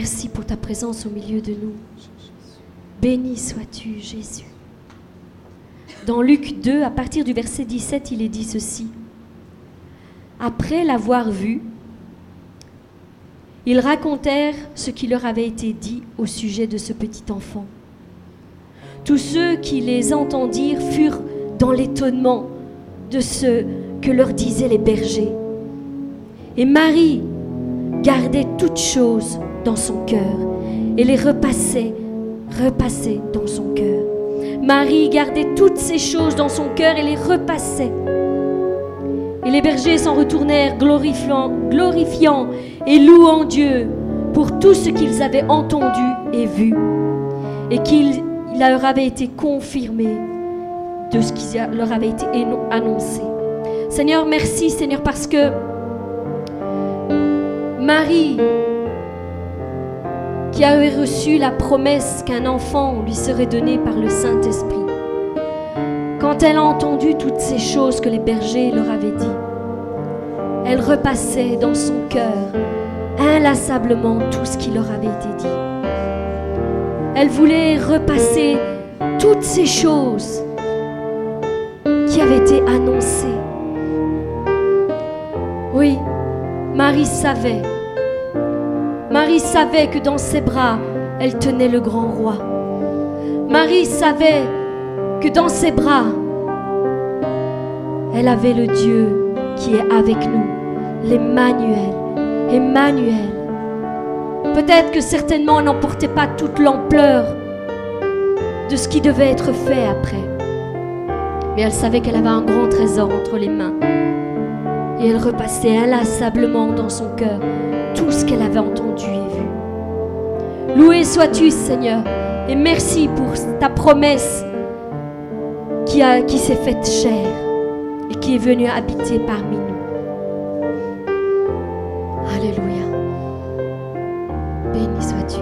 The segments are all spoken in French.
merci pour ta présence au milieu de nous. Béni sois-tu, Jésus. Dans Luc 2, à partir du verset 17, il est dit ceci. Après l'avoir vu, ils racontèrent ce qui leur avait été dit au sujet de ce petit enfant. Tous ceux qui les entendirent furent dans l'étonnement de ce que leur disaient les bergers. Et Marie gardait toutes choses dans son cœur et les repassait dans son cœur. Marie gardait toutes ces choses dans son cœur et les repassait. Et les bergers s'en retournèrent glorifiant et louant Dieu pour tout ce qu'ils avaient entendu et vu, et qu'il leur avait été confirmé de ce qui leur avait été annoncé. Seigneur, merci Seigneur, parce que Marie, qui avait reçu la promesse qu'un enfant lui serait donné par le Saint-Esprit, quand elle a entendu toutes ces choses que les bergers leur avaient dit, elle repassait dans son cœur inlassablement tout ce qui leur avait été dit. Elle voulait repasser toutes ces choses qui avaient été annoncées. Oui, Marie savait que dans ses bras, elle tenait le grand roi. Marie savait que dans ses bras, elle avait le Dieu qui est avec nous, l'Emmanuel. Emmanuel. Peut-être que certainement elle n'emportait pas toute l'ampleur de ce qui devait être fait après. Mais elle savait qu'elle avait un grand trésor entre les mains. Et elle repassait inlassablement dans son cœur tout ce qu'elle avait entendu et vu. Loué sois-tu, Seigneur, et merci pour ta promesse qui s'est faite chair et qui est venue habiter parmi nous. Alléluia. Béni sois-tu.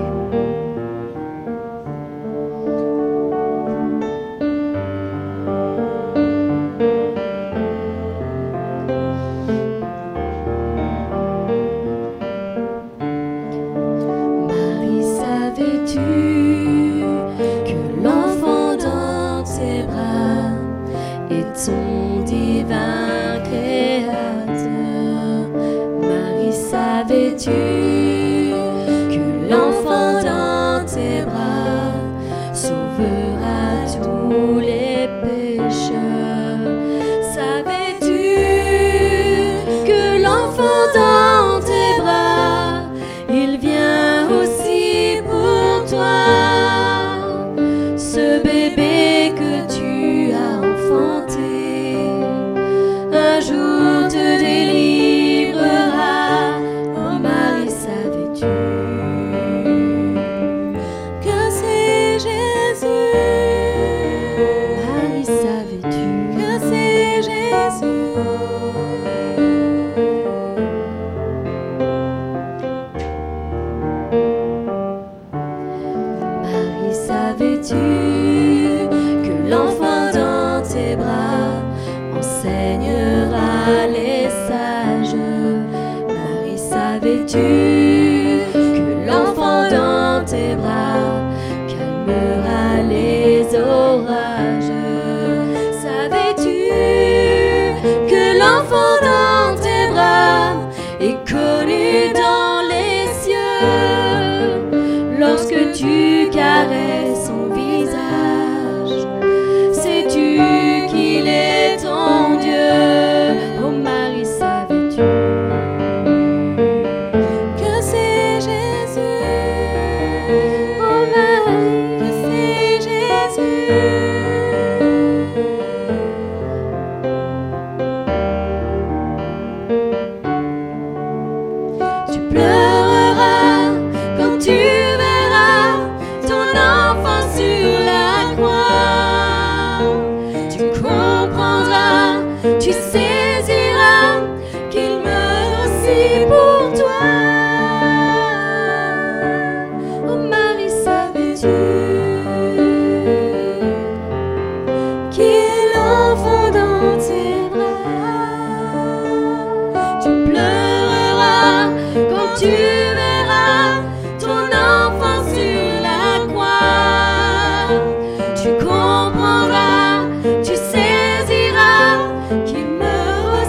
Que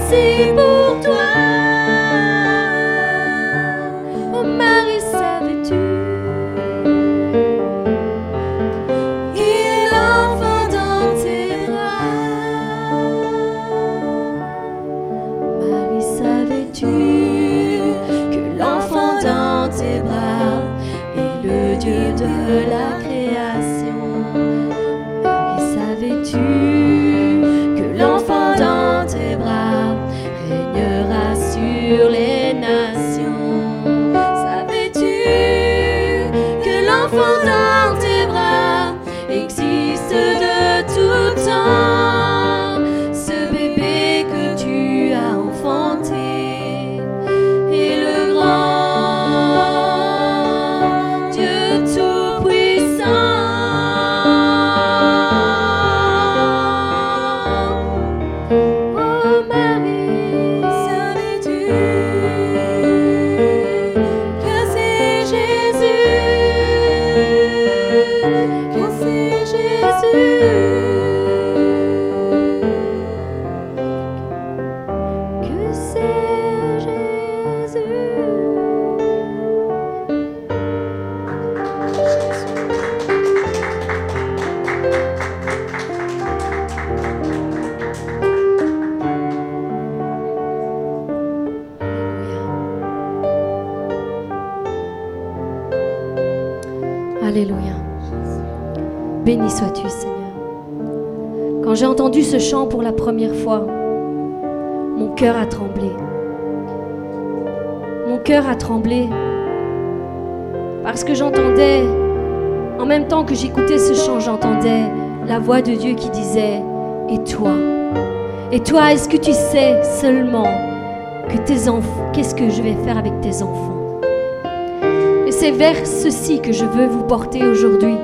aussi pour toi. Oh Marie, savais-tu qu'il est l'enfant dans tes bras? Marie, savais-tu que l'enfant dans tes bras est le Dieu de la création? Marie, savais-tu que l'enfant dans tes bras régnera sur les nations? Savais-tu que l'enfant dans tes bras existe de tout temps? Ce bébé que tu as enfanté est le grand Dieu tout-puissant. Oh Marie, savais-tu que c'est Jésus, que c'est Jésus, que c'est Jésus. Alléluia. Béni sois-tu, Seigneur. Quand j'ai entendu ce chant pour la première fois, mon cœur a tremblé. Mon cœur a tremblé parce que j'entendais, en même temps que j'écoutais ce chant, j'entendais la voix de Dieu qui disait « Et toi? Et toi, est-ce que tu sais seulement que tes enfants, qu'est-ce que je vais faire avec tes enfants ?» Et c'est vers ceci que je veux vous porter aujourd'hui.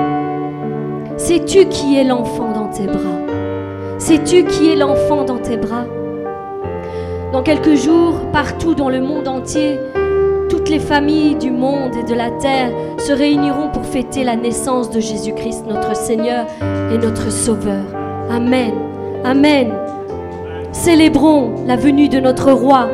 Sais-tu qui est l'enfant dans tes bras? Sais-tu qui est l'enfant dans tes bras? Dans quelques jours, partout dans le monde entier, toutes les familles du monde et de la terre se réuniront pour fêter la naissance de Jésus-Christ, notre Seigneur et notre Sauveur. Amen. Amen. Célébrons la venue de notre Roi.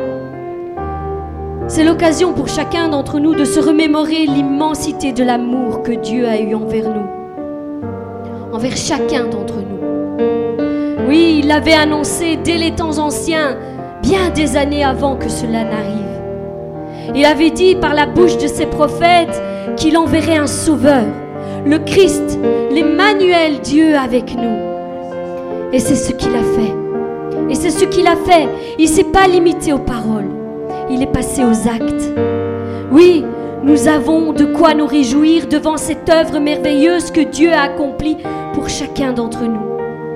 C'est l'occasion pour chacun d'entre nous de se remémorer l'immensité de l'amour que Dieu a eu envers nous, envers chacun d'entre nous. Oui, il l'avait annoncé dès les temps anciens, bien des années avant que cela n'arrive. Il avait dit par la bouche de ses prophètes qu'il enverrait un sauveur, le Christ, l'Emmanuel, Dieu avec nous. Et c'est ce qu'il a fait. Et c'est ce qu'il a fait. Il ne s'est pas limité aux paroles. Il est passé aux actes. Oui, nous avons de quoi nous réjouir devant cette œuvre merveilleuse que Dieu a accomplie pour chacun d'entre nous.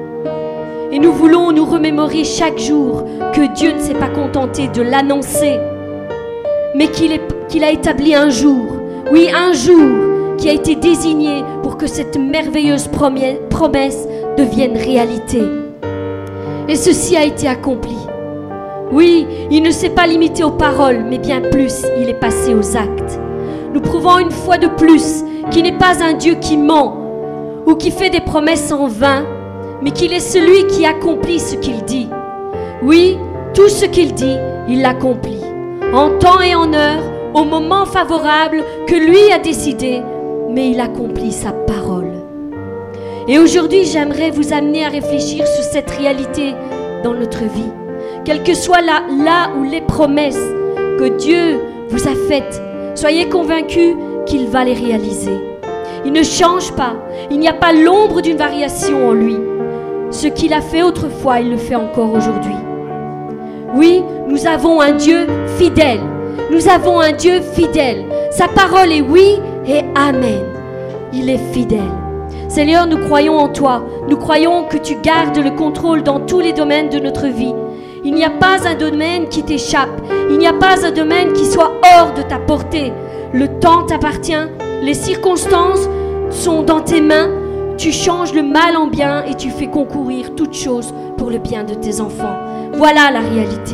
Et nous voulons nous remémorer chaque jour que Dieu ne s'est pas contenté de l'annoncer, mais qu'il a établi un jour, oui, un jour qui a été désigné pour que cette merveilleuse promesse devienne réalité. Et ceci a été accompli. Oui, il ne s'est pas limité aux paroles, mais bien plus, il est passé aux actes. Nous prouvons une fois de plus qu'il n'est pas un Dieu qui ment ou qui fait des promesses en vain, mais qu'il est celui qui accomplit ce qu'il dit. Oui, tout ce qu'il dit, il l'accomplit. En temps et en heure, au moment favorable que lui a décidé, mais il accomplit sa parole. Et aujourd'hui, j'aimerais vous amener à réfléchir sur cette réalité dans notre vie. Quelles que soient là où les promesses que Dieu vous a faites, soyez convaincus qu'il va les réaliser. Il ne change pas, il n'y a pas l'ombre d'une variation en lui. Ce qu'il a fait autrefois, il le fait encore aujourd'hui. Oui, nous avons un Dieu fidèle. Nous avons un Dieu fidèle. Sa parole est oui et amen. Il est fidèle. Seigneur, nous croyons en toi. Nous croyons que tu gardes le contrôle dans tous les domaines de notre vie. Il n'y a pas un domaine qui t'échappe. Il n'y a pas un domaine qui soit hors de ta portée. Le temps t'appartient. Les circonstances sont dans tes mains. Tu changes le mal en bien et tu fais concourir toutes choses pour le bien de tes enfants. Voilà la réalité.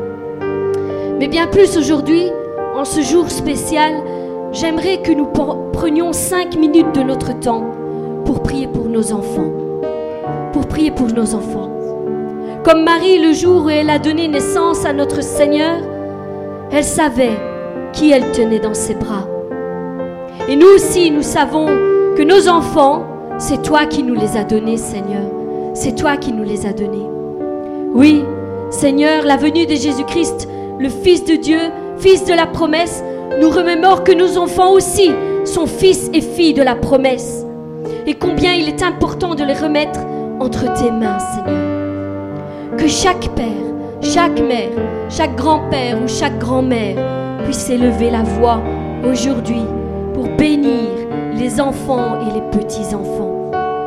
Mais bien plus aujourd'hui, en ce jour spécial, j'aimerais que nous prenions 5 minutes de notre temps pour prier pour nos enfants. Pour prier pour nos enfants. Comme Marie, le jour où elle a donné naissance à notre Seigneur, elle savait qui elle tenait dans ses bras. Et nous aussi, nous savons que nos enfants, c'est toi qui nous les as donnés, Seigneur. C'est toi qui nous les as donnés. Oui, Seigneur, la venue de Jésus-Christ, le Fils de Dieu, Fils de la promesse, nous remémore que nos enfants aussi sont fils et filles de la promesse. Et combien il est important de les remettre entre tes mains, Seigneur. Que chaque père, chaque mère, chaque grand-père ou chaque grand-mère puisse élever la voix aujourd'hui pour bénir les enfants et les petits-enfants.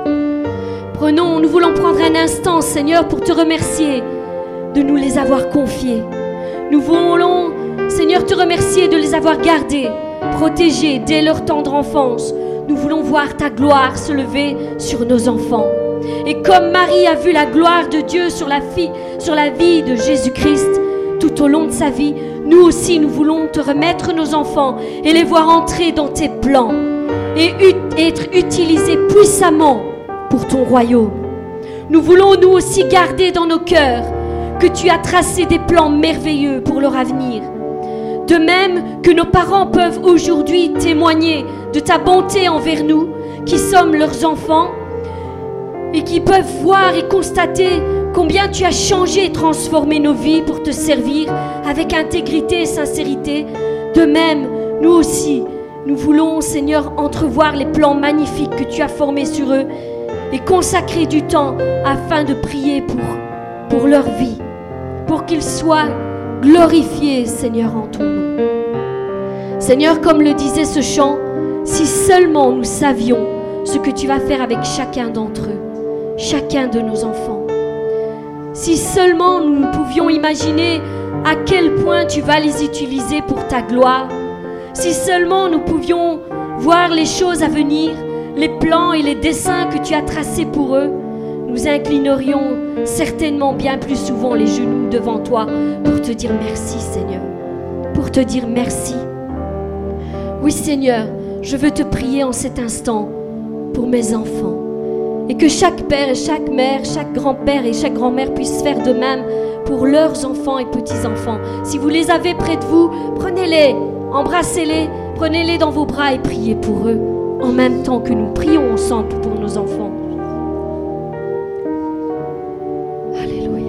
Nous voulons prendre un instant, Seigneur, pour te remercier de nous les avoir confiés. Nous voulons, Seigneur, te remercier de les avoir gardés, protégés dès leur tendre enfance. Nous voulons voir ta gloire se lever sur nos enfants. Et comme Marie a vu la gloire de Dieu sur la vie de Jésus-Christ tout au long de sa vie, nous aussi nous voulons te remettre nos enfants et les voir entrer dans tes plans et être utilisés puissamment pour ton royaume. Nous voulons nous aussi garder dans nos cœurs que tu as tracé des plans merveilleux pour leur avenir. De même que nos parents peuvent aujourd'hui témoigner de ta bonté envers nous, qui sommes leurs enfants, et qui peuvent voir et constater combien tu as changé et transformé nos vies pour te servir avec intégrité et sincérité. De même, nous aussi, nous voulons, Seigneur, entrevoir les plans magnifiques que tu as formés sur eux et consacrer du temps afin de prier pour leur vie, pour qu'ils soient glorifiés, Seigneur, en ton nom. Seigneur, comme le disait ce chant, si seulement nous savions ce que tu vas faire avec chacun d'entre eux, chacun de nos enfants. Si seulement nous pouvions imaginer à quel point tu vas les utiliser pour ta gloire, si seulement nous pouvions voir les choses à venir, les plans et les dessins que tu as tracés pour eux, nous inclinerions certainement bien plus souvent les genoux devant toi pour te dire merci, Seigneur, pour te dire merci. Oui, Seigneur, je veux te prier en cet instant pour mes enfants. Et que chaque père et chaque mère, chaque grand-père et chaque grand-mère puissent faire de même pour leurs enfants et petits-enfants. Si vous les avez près de vous, prenez-les, embrassez-les, prenez-les dans vos bras et priez pour eux, en même temps que nous prions ensemble pour nos enfants. Alléluia.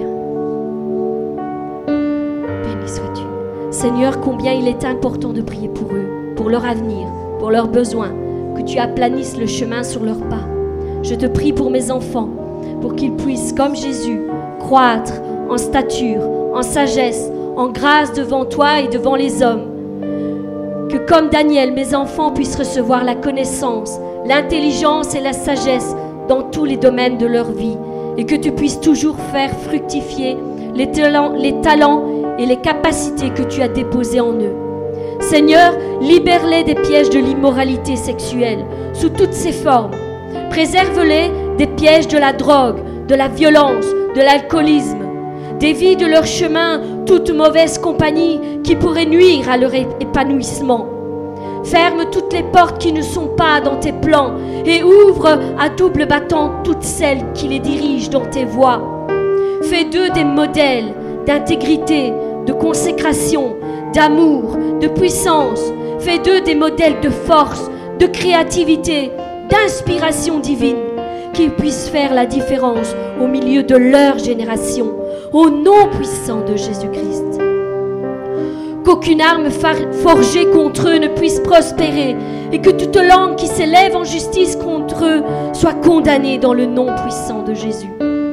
Béni sois-tu. Seigneur, combien il est important de prier pour eux, pour leur avenir, pour leurs besoins, que tu aplanisses le chemin sur leurs pas. Je te prie pour mes enfants, pour qu'ils puissent, comme Jésus, croître en stature, en sagesse, en grâce devant toi et devant les hommes. Que comme Daniel, mes enfants puissent recevoir la connaissance, l'intelligence et la sagesse dans tous les domaines de leur vie. Et que tu puisses toujours faire fructifier les talents et les capacités que tu as déposés en eux. Seigneur, libère-les des pièges de l'immoralité sexuelle, sous toutes ses formes. Préserve-les des pièges de la drogue, de la violence, de l'alcoolisme. Dévie de leur chemin toute mauvaise compagnie qui pourrait nuire à leur épanouissement. Ferme toutes les portes qui ne sont pas dans tes plans et ouvre à double battant toutes celles qui les dirigent dans tes voies. Fais d'eux des modèles d'intégrité, de consécration, d'amour, de puissance. Fais d'eux des modèles de force, de créativité, d'inspiration divine, qui puissent faire la différence au milieu de leur génération, au nom puissant de Jésus-Christ. Qu'aucune arme forgée contre eux ne puisse prospérer et que toute langue qui s'élève en justice contre eux soit condamnée dans le nom puissant de Jésus.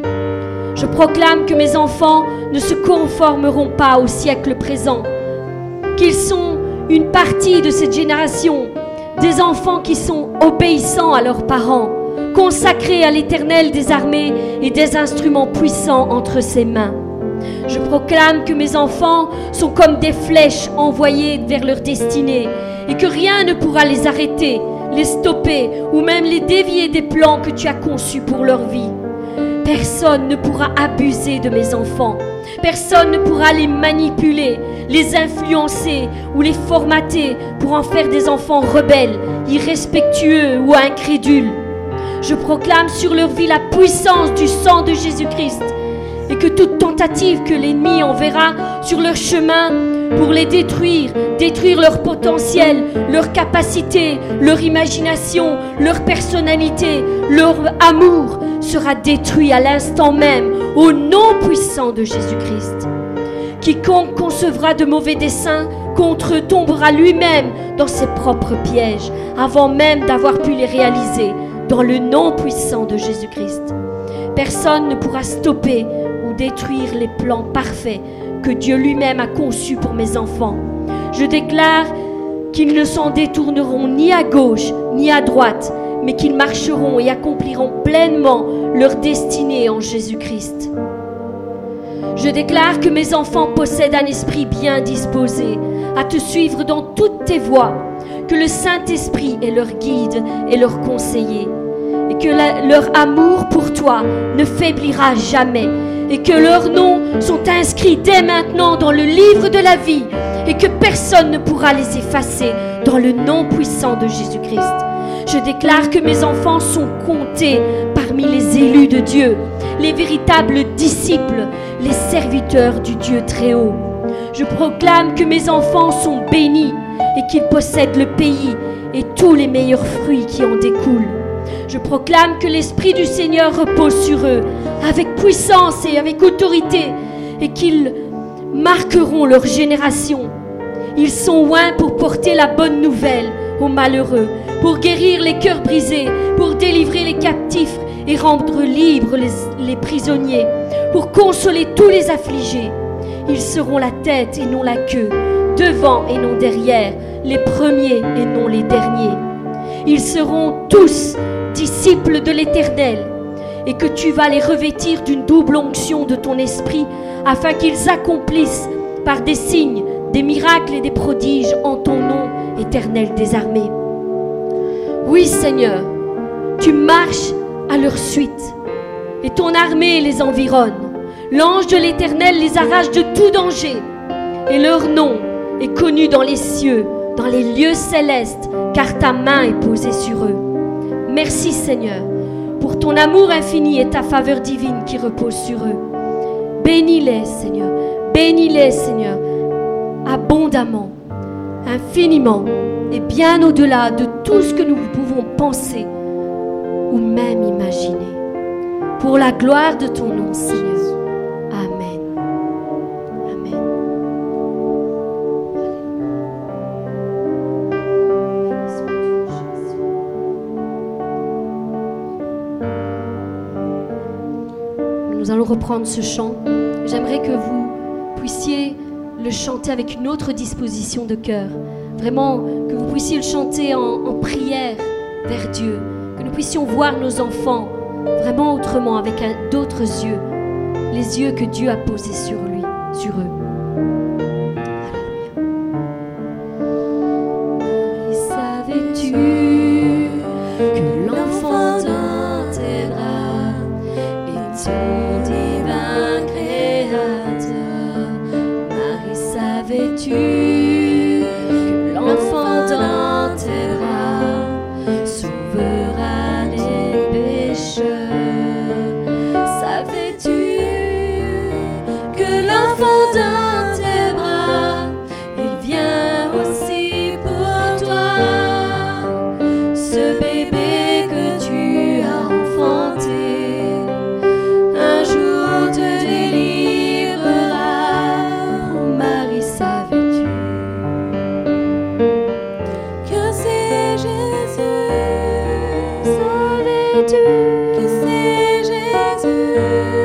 Je proclame que mes enfants ne se conformeront pas au siècle présent, qu'ils sont une partie de cette génération, des enfants qui sont obéissants à leurs parents, consacrés à l'Éternel des armées et des instruments puissants entre ses mains. Je proclame que mes enfants sont comme des flèches envoyées vers leur destinée et que rien ne pourra les arrêter, les stopper ou même les dévier des plans que tu as conçus pour leur vie. Personne ne pourra abuser de mes enfants. Personne ne pourra les manipuler, les influencer ou les formater pour en faire des enfants rebelles, irrespectueux ou incrédules. Je proclame sur leur vie la puissance du sang de Jésus-Christ et et que toute tentative que l'ennemi enverra sur leur chemin pour les détruire leur potentiel, leur capacité, leur imagination, leur personnalité, leur amour sera détruit à l'instant même au nom puissant de Jésus-Christ. Quiconque concevra de mauvais desseins contre eux tombera lui-même dans ses propres pièges avant même d'avoir pu les réaliser dans le nom puissant de Jésus-Christ. Personne ne pourra stopper ou détruire les plans parfaits que Dieu lui-même a conçus pour mes enfants. Je déclare qu'ils ne s'en détourneront ni à gauche ni à droite, mais qu'ils marcheront et accompliront pleinement leur destinée en Jésus-Christ. Je déclare que mes enfants possèdent un esprit bien disposé à te suivre dans toutes tes voies, que le Saint-Esprit est leur guide et leur conseiller, et que leur amour pour toi ne faiblira jamais, et que leurs noms sont inscrits dès maintenant dans le livre de la vie, et que personne ne pourra les effacer dans le nom puissant de Jésus-Christ. Je déclare que mes enfants sont comptés parmi les élus de Dieu, les véritables disciples, les serviteurs du Dieu très haut. Je proclame que mes enfants sont bénis et qu'ils possèdent le pays et tous les meilleurs fruits qui en découlent. Je proclame que l'Esprit du Seigneur repose sur eux avec puissance et avec autorité et qu'ils marqueront leur génération. Ils sont oints pour porter la bonne nouvelle aux malheureux, pour guérir les cœurs brisés, pour délivrer les captifs et rendre libres les prisonniers, pour consoler tous les affligés. Ils seront la tête et non la queue, devant et non derrière, les premiers et non les derniers. Ils seront tous disciples de l'Éternel, et que tu vas les revêtir d'une double onction de ton esprit, afin qu'ils accomplissent par des signes, des miracles et des prodiges en ton nom, Éternel des armées. Oui, Seigneur, tu marches à leur suite, et ton armée les environne. L'ange de l'Éternel les arrache de tout danger, et leur nom est connu dans les cieux, dans les lieux célestes, car ta main est posée sur eux. Merci, Seigneur, pour ton amour infini et ta faveur divine qui repose sur eux. Bénis-les, Seigneur, abondamment, infiniment, et bien au-delà de tout ce que nous pouvons penser ou même imaginer. Pour la gloire de ton nom, Seigneur. Amen. Amen. Nous allons reprendre ce chant. J'aimerais que vous puissiez le chanter avec une autre disposition de cœur. Vraiment, que vous puissiez le chanter en prière vers Dieu. Que nous puissions voir nos enfants vraiment autrement, avec d'autres yeux. Les yeux que Dieu a posés sur eux. Alléluia. Et savais-tu que l'enfant dans tes bras est ton divin créateur? Marie, savais-tu que l'enfant dans tes bras sauvera les pécheurs? Savais-tu que l'enfant dans tes bras, il vient aussi pour toi? Ce bébé que tu as enfanté, un jour te délivrera. Oh Marie, savais-tu que c'est Jésus? Savais-tu que c'est Jésus?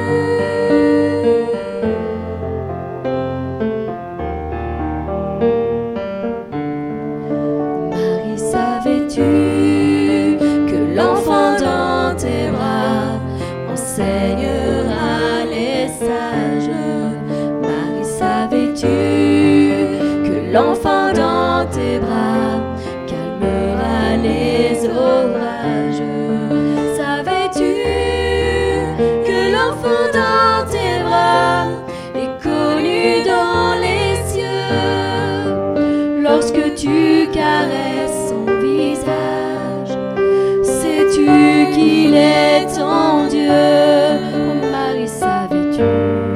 Marie, savais-tu que l'enfant dans tes bras enseignera les sages? Marie, savais-tu que l'enfant dans tes bras calmera les orages? Savais-tu que l'enfant dans tes bras est connu dans les cieux? Lorsque tu caresses son visage, sais-tu qu'il est ton Dieu? Oh Marie, savais-tu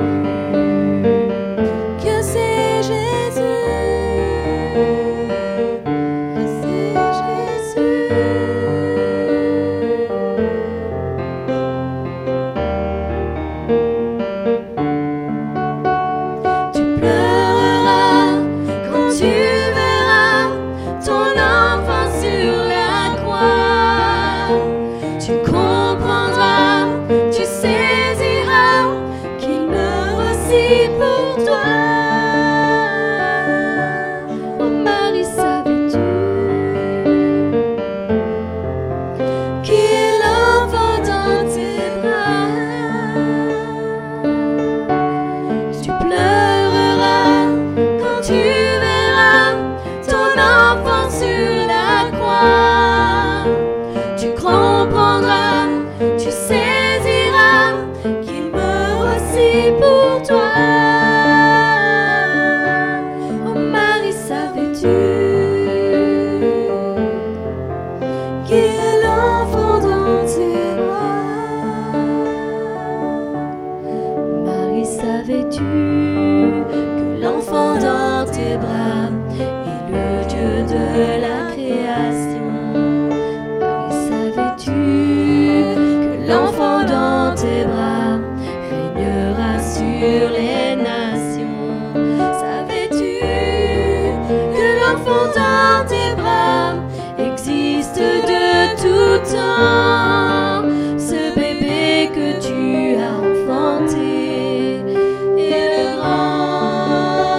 tes bras et le Dieu de la création. Savais-tu que l'enfant dans tes bras régnera sur les nations? Savais-tu que l'enfant dans tes bras existe de tout temps? Ce bébé que tu as enfanté est le grand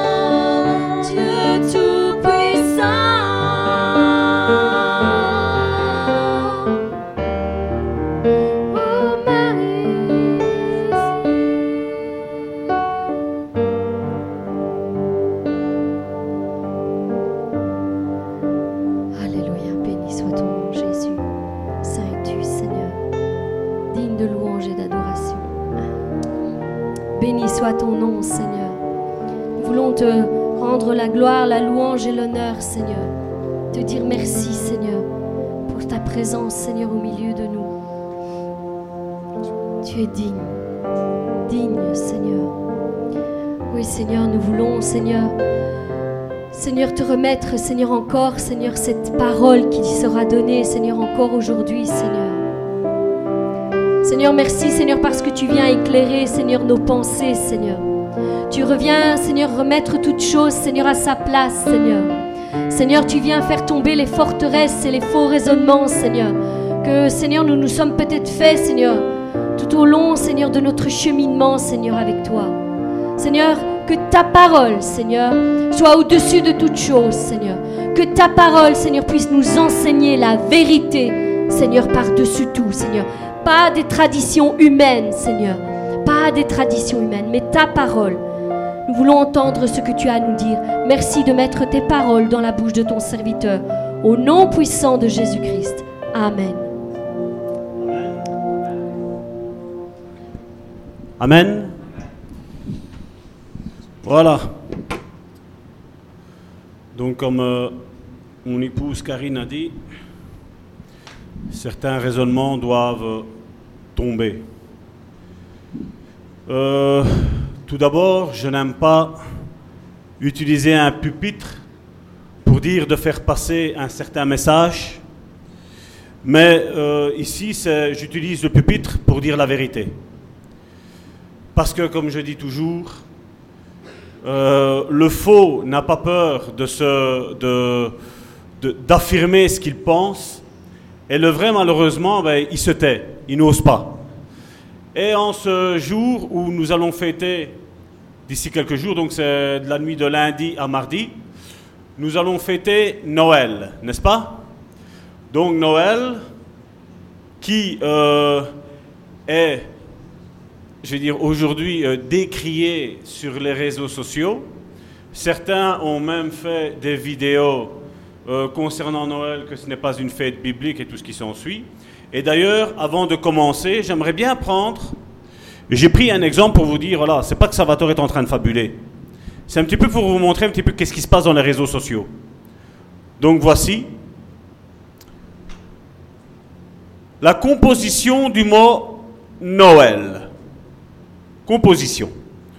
Dieu tout-puissant. Oh Marie, alléluia, béni soit ton nom Jésus. Saint es-tu Seigneur, digne de louange et d'adoration. Béni soit ton nom Seigneur. Nous voulons te rendre la gloire, la louange et l'honneur Seigneur. Te dire merci Seigneur pour ta présence Seigneur au milieu de nous. Tu es digne, digne Seigneur. Oui Seigneur, nous voulons Seigneur te remettre Seigneur encore Seigneur cette parole qui sera donnée Seigneur encore aujourd'hui Seigneur. Seigneur, merci Seigneur parce que tu viens éclairer Seigneur nos pensées Seigneur. Tu reviens Seigneur remettre toutes choses Seigneur à sa place Seigneur. Seigneur, tu viens faire tomber les forteresses et les faux raisonnements Seigneur. Que Seigneur nous nous sommes peut-être faits Seigneur tout au long Seigneur de notre cheminement Seigneur avec toi. Seigneur, que ta parole Seigneur soit au-dessus de toute chose Seigneur. Que ta parole Seigneur puisse nous enseigner la vérité Seigneur par-dessus tout Seigneur. Pas des traditions humaines, Seigneur. Pas des traditions humaines, mais ta parole. Nous voulons entendre ce que tu as à nous dire. Merci de mettre tes paroles dans la bouche de ton serviteur. Au nom puissant de Jésus-Christ. Amen. Amen. Voilà. Donc comme mon épouse Karine a dit, certains raisonnements doivent tomber. Tout d'abord, je n'aime pas utiliser un pupitre pour dire de faire passer un certain message, mais ici, j'utilise le pupitre pour dire la vérité. Parce que, comme je dis toujours, le faux n'a pas peur d'affirmer ce qu'il pense, et le vrai, malheureusement, il se tait, il n'ose pas. Et en ce jour où nous allons fêter, d'ici quelques jours, donc c'est de la nuit de lundi à mardi, nous allons fêter Noël, n'est-ce pas? Donc Noël, qui est, je vais dire aujourd'hui, décrié sur les réseaux sociaux. Certains ont même fait des vidéos concernant Noël, que ce n'est pas une fête biblique et tout ce qui s'ensuit. Et d'ailleurs, avant de commencer, j'aimerais bien j'ai pris un exemple pour vous dire, voilà, c'est pas que Salvatore est en train de fabuler. C'est un petit peu pour vous montrer un petit peu qu'est-ce qui se passe dans les réseaux sociaux. Donc voici la composition du mot Noël. Composition.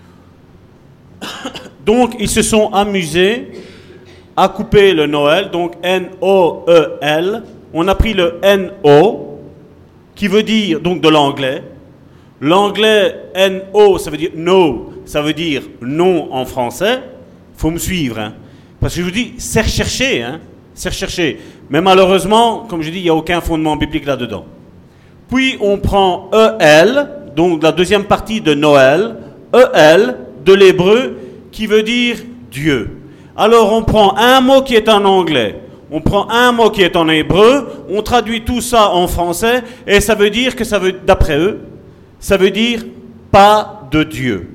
Donc, ils se sont amusés à couper le Noël, donc N-O-E-L. On a pris le N-O, qui veut dire, donc de l'anglais. L'anglais N-O, ça veut dire no, ça veut dire non en français. Il faut me suivre, hein. Parce que je vous dis, c'est recherché, hein. C'est recherché. Mais malheureusement, comme je dis, il n'y a aucun fondement biblique là-dedans. Puis on prend E-L, donc la deuxième partie de Noël, E-L, de l'hébreu, qui veut dire Dieu. Alors on prend un mot qui est en anglais, on prend un mot qui est en hébreu, on traduit tout ça en français, et ça veut dire que d'après eux, ça veut dire pas de Dieu.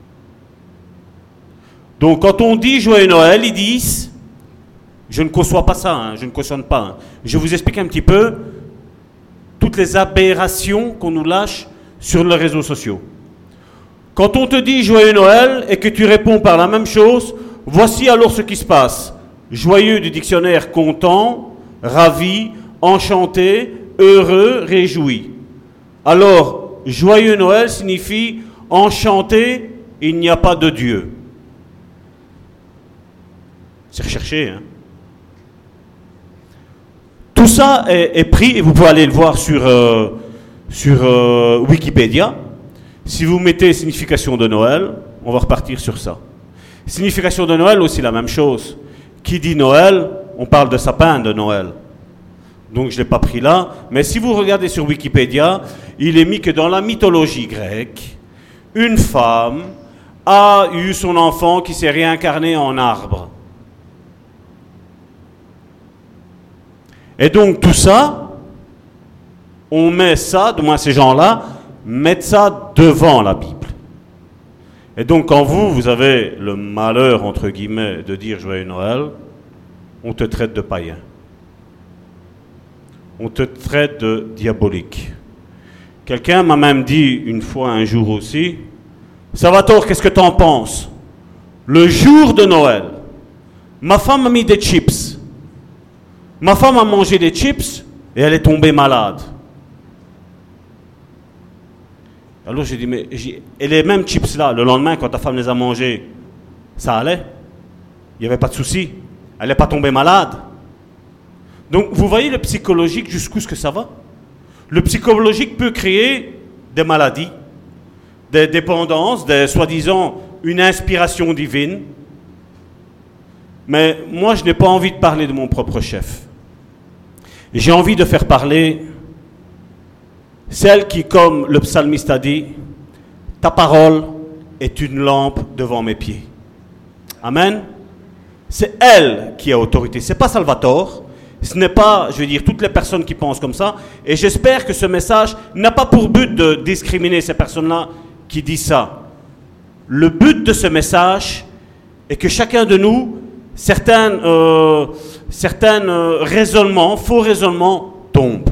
Donc quand on dit Joyeux Noël, ils disent, je ne conçois pas ça, hein, je ne cautionne pas. Hein. Je vous explique un petit peu toutes les aberrations qu'on nous lâche sur les réseaux sociaux. Quand on te dit Joyeux Noël et que tu réponds par la même chose, voici alors ce qui se passe. Joyeux du dictionnaire content, ravi, enchanté, heureux, réjoui. Alors, Joyeux Noël signifie enchanté, il n'y a pas de Dieu. C'est recherché. Hein. Tout ça est pris, et vous pouvez aller le voir sur Wikipédia. Si vous mettez signification de Noël, on va repartir sur ça. Signification de Noël, aussi la même chose. Qui dit Noël, on parle de sapin de Noël. Donc je ne l'ai pas pris là. Mais si vous regardez sur Wikipédia, il est mis que dans la mythologie grecque, une femme a eu son enfant qui s'est réincarné en arbre. Et donc tout ça, on met ça, du moins ces gens-là, mettent ça devant la Bible. Et donc quand vous avez le malheur, entre guillemets, de dire Joyeux Noël, on te traite de païen. On te traite de diabolique. Quelqu'un m'a même dit une fois, un jour aussi, Salvatore, qu'est-ce que t'en penses? Le jour de Noël, ma femme a mis des chips. Ma femme a mangé des chips et elle est tombée malade. Alors j'ai dit, mais et les mêmes chips-là, le lendemain, quand ta femme les a mangés, ça allait? Il n'y avait pas de souci? Elle n'est pas tombée malade? Donc vous voyez le psychologique jusqu'où ce que ça va? Le psychologique peut créer des maladies, des dépendances, soi-disant une inspiration divine. Mais moi, je n'ai pas envie de parler de mon propre chef. J'ai envie de faire parler celle qui, comme le psalmiste a dit, ta parole est une lampe devant mes pieds. Amen. C'est elle qui a autorité. Ce n'est pas Salvatore. Ce n'est pas, je veux dire, toutes les personnes qui pensent comme ça. Et j'espère que ce message n'a pas pour but de discriminer ces personnes-là qui disent ça. Le but de ce message est que chacun de nous, certains raisonnements, faux raisonnements, tombent.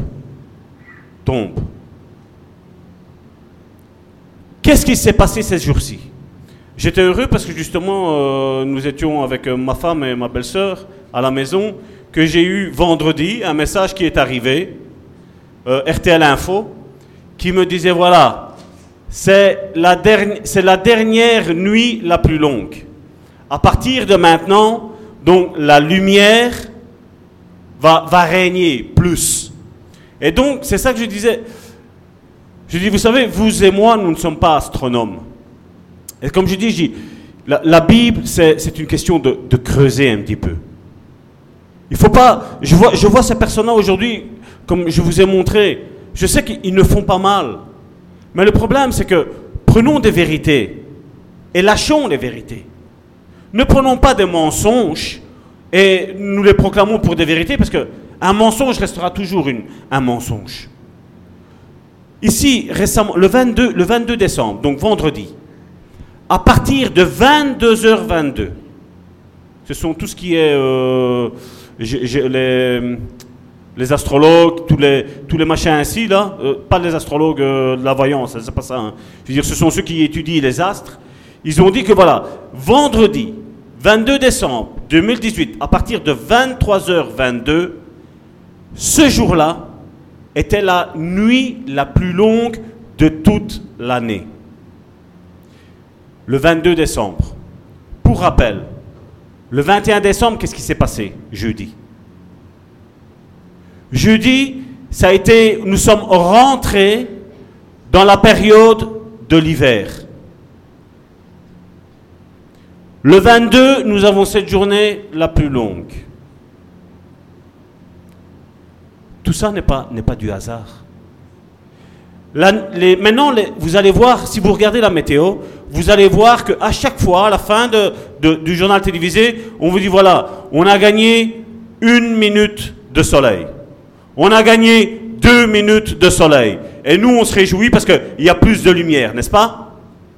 Qu'est-ce qui s'est passé ces jours-ci? J'étais heureux parce que justement, nous étions avec ma femme et ma belle-sœur à la maison, que j'ai eu vendredi un message qui est arrivé, RTL Info, qui me disait, voilà, c'est la dernière nuit la plus longue. À partir de maintenant, donc la lumière va régner plus. Et donc, c'est ça que je disais. Je dis, vous savez, vous et moi, nous ne sommes pas astronomes. Et comme je dis, la Bible, c'est une question de creuser un petit peu. Il faut pas... Je vois ces personnes-là aujourd'hui, comme je vous ai montré, je sais qu'ils ne font pas mal. Mais le problème, c'est que prenons des vérités et lâchons les vérités. Ne prenons pas des mensonges et nous les proclamons pour des vérités, parce qu'un mensonge restera toujours un mensonge. Ici, récemment, le 22 décembre, donc vendredi, à partir de 22h22, ce sont tout ce qui est les astrologues, tous les machins ainsi, là, pas les astrologues de la voyance, c'est pas ça. Hein. Je veux dire, ce sont ceux qui étudient les astres. Ils ont dit que voilà, vendredi, 22 décembre 2018, à partir de 23h22, ce jour-là était la nuit la plus longue de toute l'année. Le 22 décembre. Pour rappel, le 21 décembre, qu'est-ce qui s'est passé? Jeudi. Jeudi, ça a été, nous sommes rentrés dans la période de l'hiver. Le 22, nous avons cette journée la plus longue. Tout ça n'est pas du hasard. Maintenant, vous allez voir, si vous regardez la météo, vous allez voir qu'à chaque fois, à la fin du journal télévisé, on vous dit, voilà, on a gagné 1 minute de soleil. On a gagné 2 minutes de soleil. Et nous, on se réjouit parce qu'il y a plus de lumière, n'est-ce pas?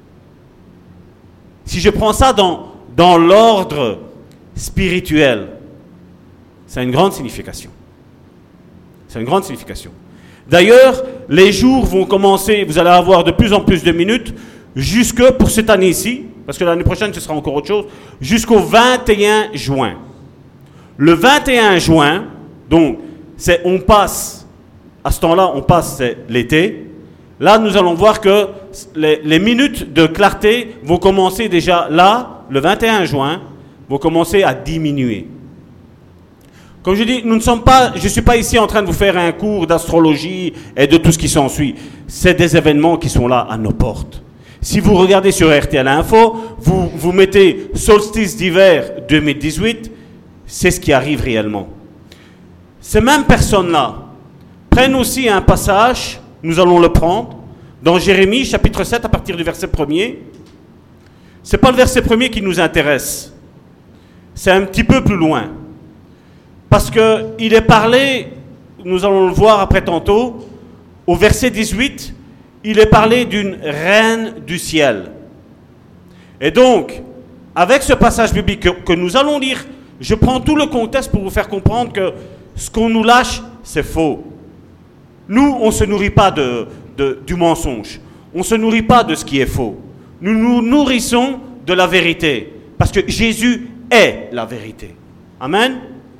Si je prends ça dans l'ordre spirituel, ça a une grande signification. C'est une grande signification. D'ailleurs, les jours vont commencer, vous allez avoir de plus en plus de minutes, jusque pour cette année-ci, parce que l'année prochaine, ce sera encore autre chose, jusqu'au 21 juin. Le 21 juin, donc, on passe, à ce temps-là, c'est l'été. Là, nous allons voir que les minutes de clarté vont commencer déjà là, le 21 juin, vont commencer à diminuer. Comme je dis, je ne suis pas ici en train de vous faire un cours d'astrologie et de tout ce qui s'ensuit. C'est des événements qui sont là à nos portes. Si vous regardez sur RTL Info, vous mettez solstice d'hiver 2018, c'est ce qui arrive réellement. Ces mêmes personnes-là prennent aussi un passage, nous allons le prendre, dans Jérémie chapitre 7 à partir du verset 1er. Ce n'est pas le verset 1er qui nous intéresse. C'est un petit peu plus loin. Parce qu'il est parlé, nous allons le voir après tantôt, au verset 18, il est parlé d'une reine du ciel. Et donc, avec ce passage biblique que nous allons lire, je prends tout le contexte pour vous faire comprendre que ce qu'on nous lâche, c'est faux. Nous, on ne se nourrit pas du mensonge. On ne se nourrit pas de ce qui est faux. Nous nous nourrissons de la vérité. Parce que Jésus est la vérité. Amen.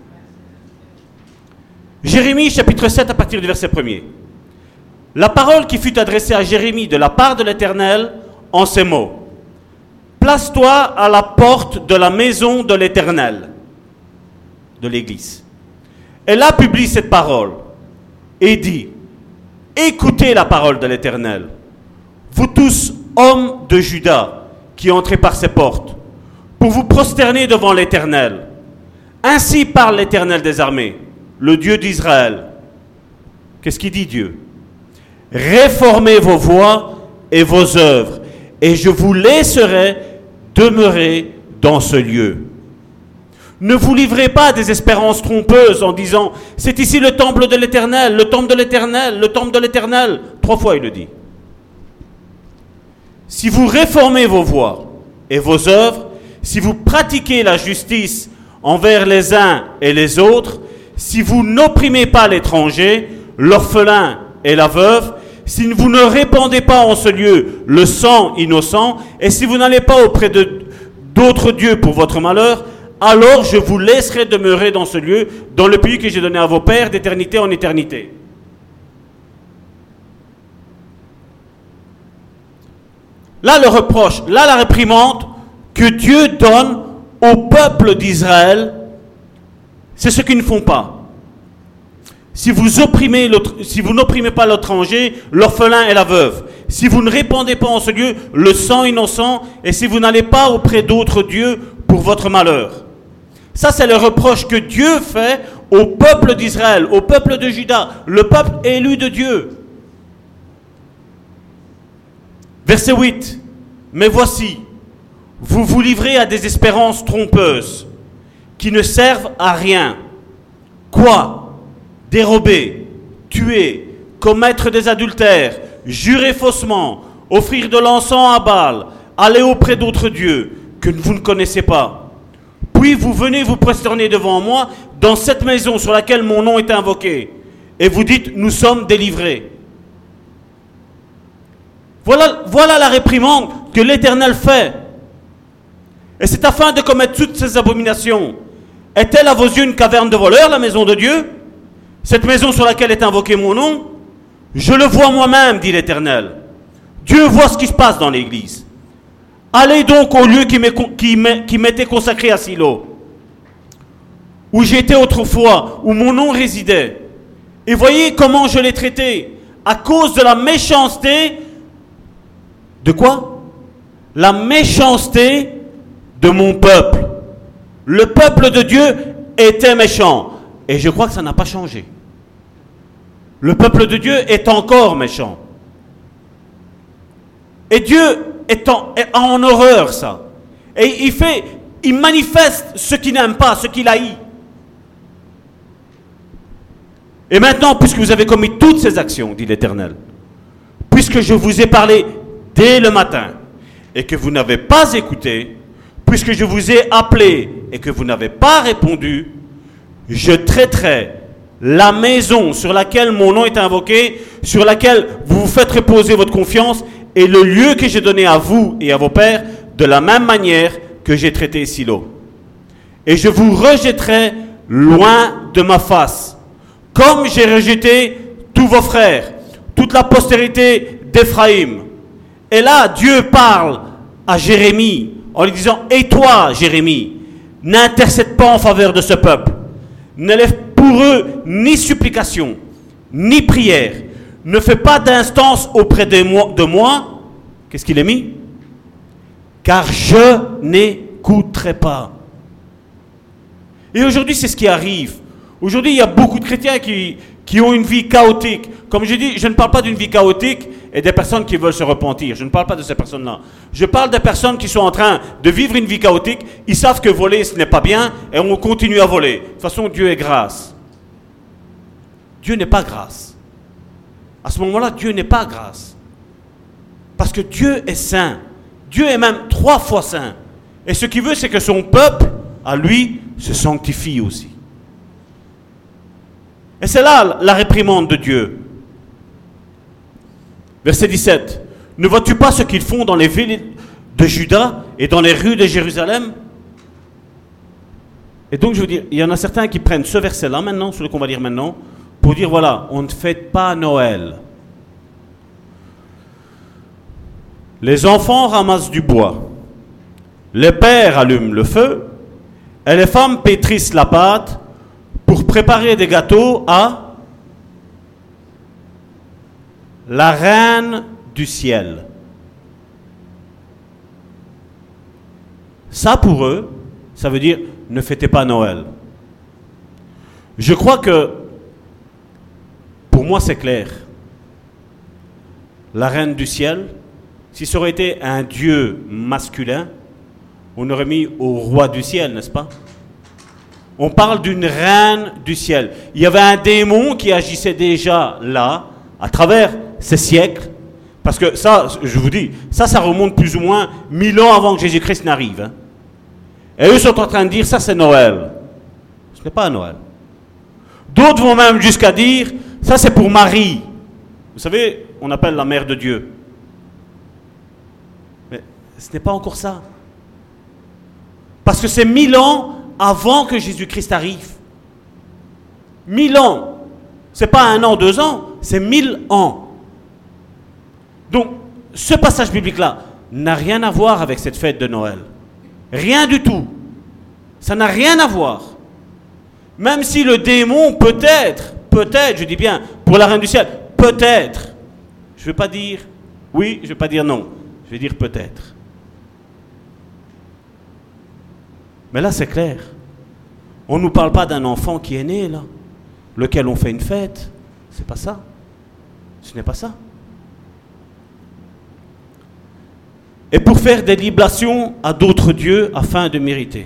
Jérémie chapitre 7 à partir du verset 1er. La parole qui fut adressée à Jérémie de la part de l'Éternel en ces mots. Place-toi à la porte de la maison de l'Éternel, de l'Église. Et là publie cette parole et dit, écoutez la parole de l'Éternel, vous tous hommes de Juda qui entrez par ces portes, pour vous prosterner devant l'Éternel. Ainsi parle l'Éternel des armées, le Dieu d'Israël. Qu'est-ce qu'il dit Dieu? Réformez vos voies et vos œuvres, et je vous laisserai demeurer dans ce lieu. Ne vous livrez pas à des espérances trompeuses en disant « C'est ici le temple de l'Éternel, le temple de l'Éternel, le temple de l'Éternel. » 3 fois il le dit. Si vous réformez vos voies et vos œuvres, si vous pratiquez la justice envers les uns et les autres, si vous n'opprimez pas l'étranger, l'orphelin et la veuve, si vous ne répandez pas en ce lieu le sang innocent, et si vous n'allez pas auprès d'autres dieux pour votre malheur, alors je vous laisserai demeurer dans ce lieu, dans le pays que j'ai donné à vos pères, d'éternité en éternité. Là, le reproche, là, la réprimande que Dieu donne au peuple d'Israël, c'est ce qu'ils ne font pas. Si vous n'opprimez pas l'étranger, l'orphelin et la veuve, si vous ne répandez pas en ce lieu le sang innocent, et si vous n'allez pas auprès d'autres dieux pour votre malheur. Ça, c'est le reproche que Dieu fait au peuple d'Israël, au peuple de Juda, le peuple élu de Dieu. Verset 8. Mais voici, vous vous livrez à des espérances trompeuses qui ne servent à rien. Quoi? Dérober, tuer, commettre des adultères, jurer faussement, offrir de l'encens à Baal, aller auprès d'autres dieux que vous ne connaissez pas. Puis vous venez vous prosterner devant moi dans cette maison sur laquelle mon nom est invoqué. Et vous dites, nous sommes délivrés. Voilà la réprimande que l'Éternel fait. Et c'est afin de commettre toutes ces abominations. Est-elle à vos yeux une caverne de voleurs, la maison de Dieu? Cette maison sur laquelle est invoqué mon nom? Je le vois moi-même, dit l'Éternel. Dieu voit ce qui se passe dans l'Église. Allez donc au lieu qui m'était consacré à Silo, où j'étais autrefois, où mon nom résidait. Et voyez comment je l'ai traité, à cause de la méchanceté. De quoi? La méchanceté de mon peuple. Le peuple de Dieu était méchant. Et je crois que ça n'a pas changé. Le peuple de Dieu est encore méchant. Et Dieu est en horreur ça. Et il manifeste ce qu'il n'aime pas, ce qu'il haït. Et maintenant, puisque vous avez commis toutes ces actions, dit l'Éternel, puisque je vous ai parlé dès le matin et que vous n'avez pas écouté, puisque je vous ai appelé et que vous n'avez pas répondu, je traiterai la maison sur laquelle mon nom est invoqué, sur laquelle vous vous faites reposer votre confiance, et le lieu que j'ai donné à vous et à vos pères, de la même manière que j'ai traité Silo. Et je vous rejetterai loin de ma face, comme j'ai rejeté tous vos frères, toute la postérité d'Éphraïm. Et là, Dieu parle à Jérémie, en lui disant, et toi, Jérémie, n'intercède pas en faveur de ce peuple. N'élève pour eux ni supplication, ni prière. Ne fais pas d'instance auprès de moi. Qu'est-ce qu'il est mis? Car je n'écouterai pas. Et aujourd'hui, c'est ce qui arrive. Aujourd'hui, il y a beaucoup de chrétiens qui ont une vie chaotique. Comme je dis, je ne parle pas d'une vie chaotique et des personnes qui veulent se repentir. Je ne parle pas de ces personnes-là. Je parle des personnes qui sont en train de vivre une vie chaotique. Ils savent que voler, ce n'est pas bien et on continue à voler. De toute façon, Dieu est grâce. Dieu n'est pas grâce. À ce moment-là, Dieu n'est pas grâce. Parce que Dieu est saint. Dieu est même 3 fois saint. Et ce qu'il veut, c'est que son peuple, à lui, se sanctifie aussi. Et c'est là la réprimande de Dieu. Verset 17. Ne vois-tu pas ce qu'ils font dans les villes de Juda et dans les rues de Jérusalem? Et donc je veux dire, il y en a certains qui prennent ce verset-là maintenant, celui qu'on va lire maintenant, pour dire voilà, on ne fête pas Noël. Les enfants ramassent du bois, les pères allument le feu, et les femmes pétrissent la pâte pour préparer des gâteaux à la reine du ciel. Ça pour eux, ça veut dire ne fêtez pas Noël. Je crois que pour moi c'est clair. La reine du ciel, si ça aurait été un dieu masculin, on aurait mis au roi du ciel, n'est-ce pas? On parle d'une reine du ciel. Il y avait un démon qui agissait déjà là, à travers ces siècles. Parce que ça, je vous dis, ça remonte plus ou moins 1000 ans avant que Jésus-Christ n'arrive. Hein. Et eux sont en train de dire, ça c'est Noël. Ce n'est pas Noël. D'autres vont même jusqu'à dire, ça c'est pour Marie. Vous savez, on appelle la mère de Dieu. Mais ce n'est pas encore ça. Parce que c'est 1000 ans avant que Jésus-Christ arrive. 1000 ans. Ce n'est pas 1 an, 2 ans, c'est 1000 ans. Donc, ce passage biblique-là n'a rien à voir avec cette fête de Noël. Rien du tout. Ça n'a rien à voir. Même si le démon peut-être, je dis bien, pour la reine du ciel, peut-être. Je ne vais pas dire oui, je ne vais pas dire non. Je vais dire peut-être. Mais là, c'est clair. On ne nous parle pas d'un enfant qui est né, là, lequel on fait une fête. C'est pas ça. Ce n'est pas ça. Et pour faire des liblations à d'autres dieux afin de mériter.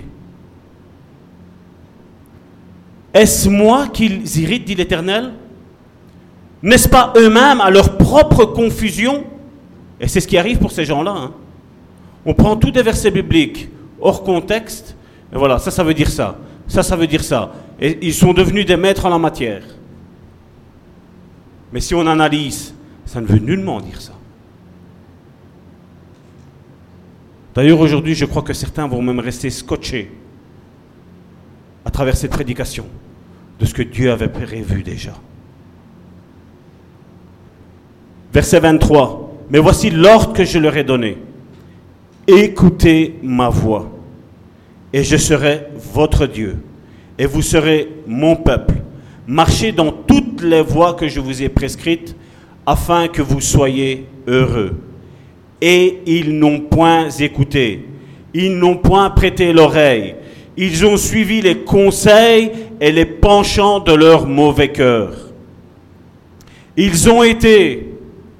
Est-ce moi qu'ils irritent, dit l'Éternel? N'est-ce pas eux-mêmes à leur propre confusion? Et c'est ce qui arrive pour ces gens-là. Hein. On prend tous des versets bibliques hors contexte, et voilà, ça veut dire ça. Ça veut dire ça. Et ils sont devenus des maîtres en la matière. Mais si on analyse, ça ne veut nullement dire ça. D'ailleurs, aujourd'hui, je crois que certains vont même rester scotchés à travers cette prédication de ce que Dieu avait prévu déjà. Verset 23. Mais voici l'ordre que je leur ai donné. Écoutez ma voix, et je serai votre Dieu, et vous serez mon peuple. Marchez dans toutes les voies que je vous ai prescrites, afin que vous soyez heureux. Et ils n'ont point écouté, ils n'ont point prêté l'oreille, ils ont suivi les conseils et les penchants de leur mauvais cœur. Ils ont été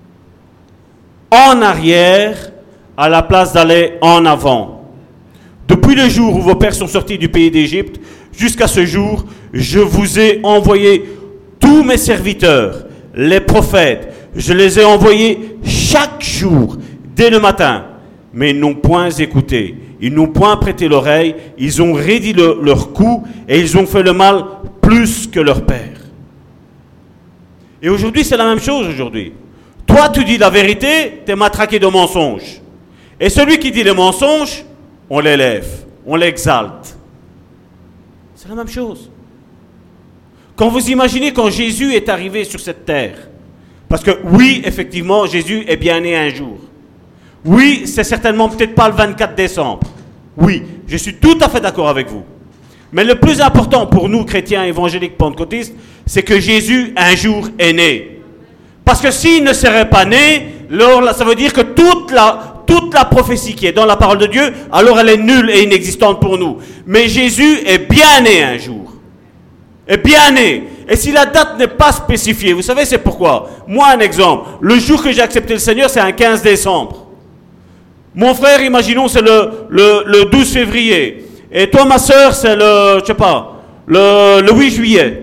en arrière à la place d'aller en avant. Depuis le jour où vos pères sont sortis du pays d'Égypte, jusqu'à ce jour, je vous ai envoyé tous mes serviteurs, les prophètes. Je les ai envoyés chaque jour, dès le matin. Mais ils n'ont point écouté. Ils n'ont point prêté l'oreille. Ils ont raidi leur cou et ils ont fait le mal plus que leur père. Et aujourd'hui, c'est la même chose aujourd'hui. Toi, tu dis la vérité, tu es matraqué de mensonges. Et celui qui dit les mensonges, on l'élève, on l'exalte. C'est la même chose. Quand vous imaginez quand Jésus est arrivé sur cette terre, parce que oui, effectivement, Jésus est bien né un jour. Oui, c'est certainement peut-être pas le 24 décembre. Oui, Je suis tout à fait d'accord avec vous. Mais le plus important pour nous, chrétiens évangéliques pentecôtistes, c'est que Jésus, un jour, est né. Parce que s'il ne serait pas né, alors ça veut dire que toute la prophétie qui est dans la parole de Dieu, alors elle est nulle et inexistante pour nous. Mais Jésus est bien né un jour. Est bien né. Et si la date n'est pas spécifiée, vous savez c'est pourquoi? Moi, un exemple. Le jour que j'ai accepté le Seigneur, c'est un 15 décembre. Mon frère, imaginons, c'est le 12 février. Et toi, ma soeur, c'est le 8 juillet.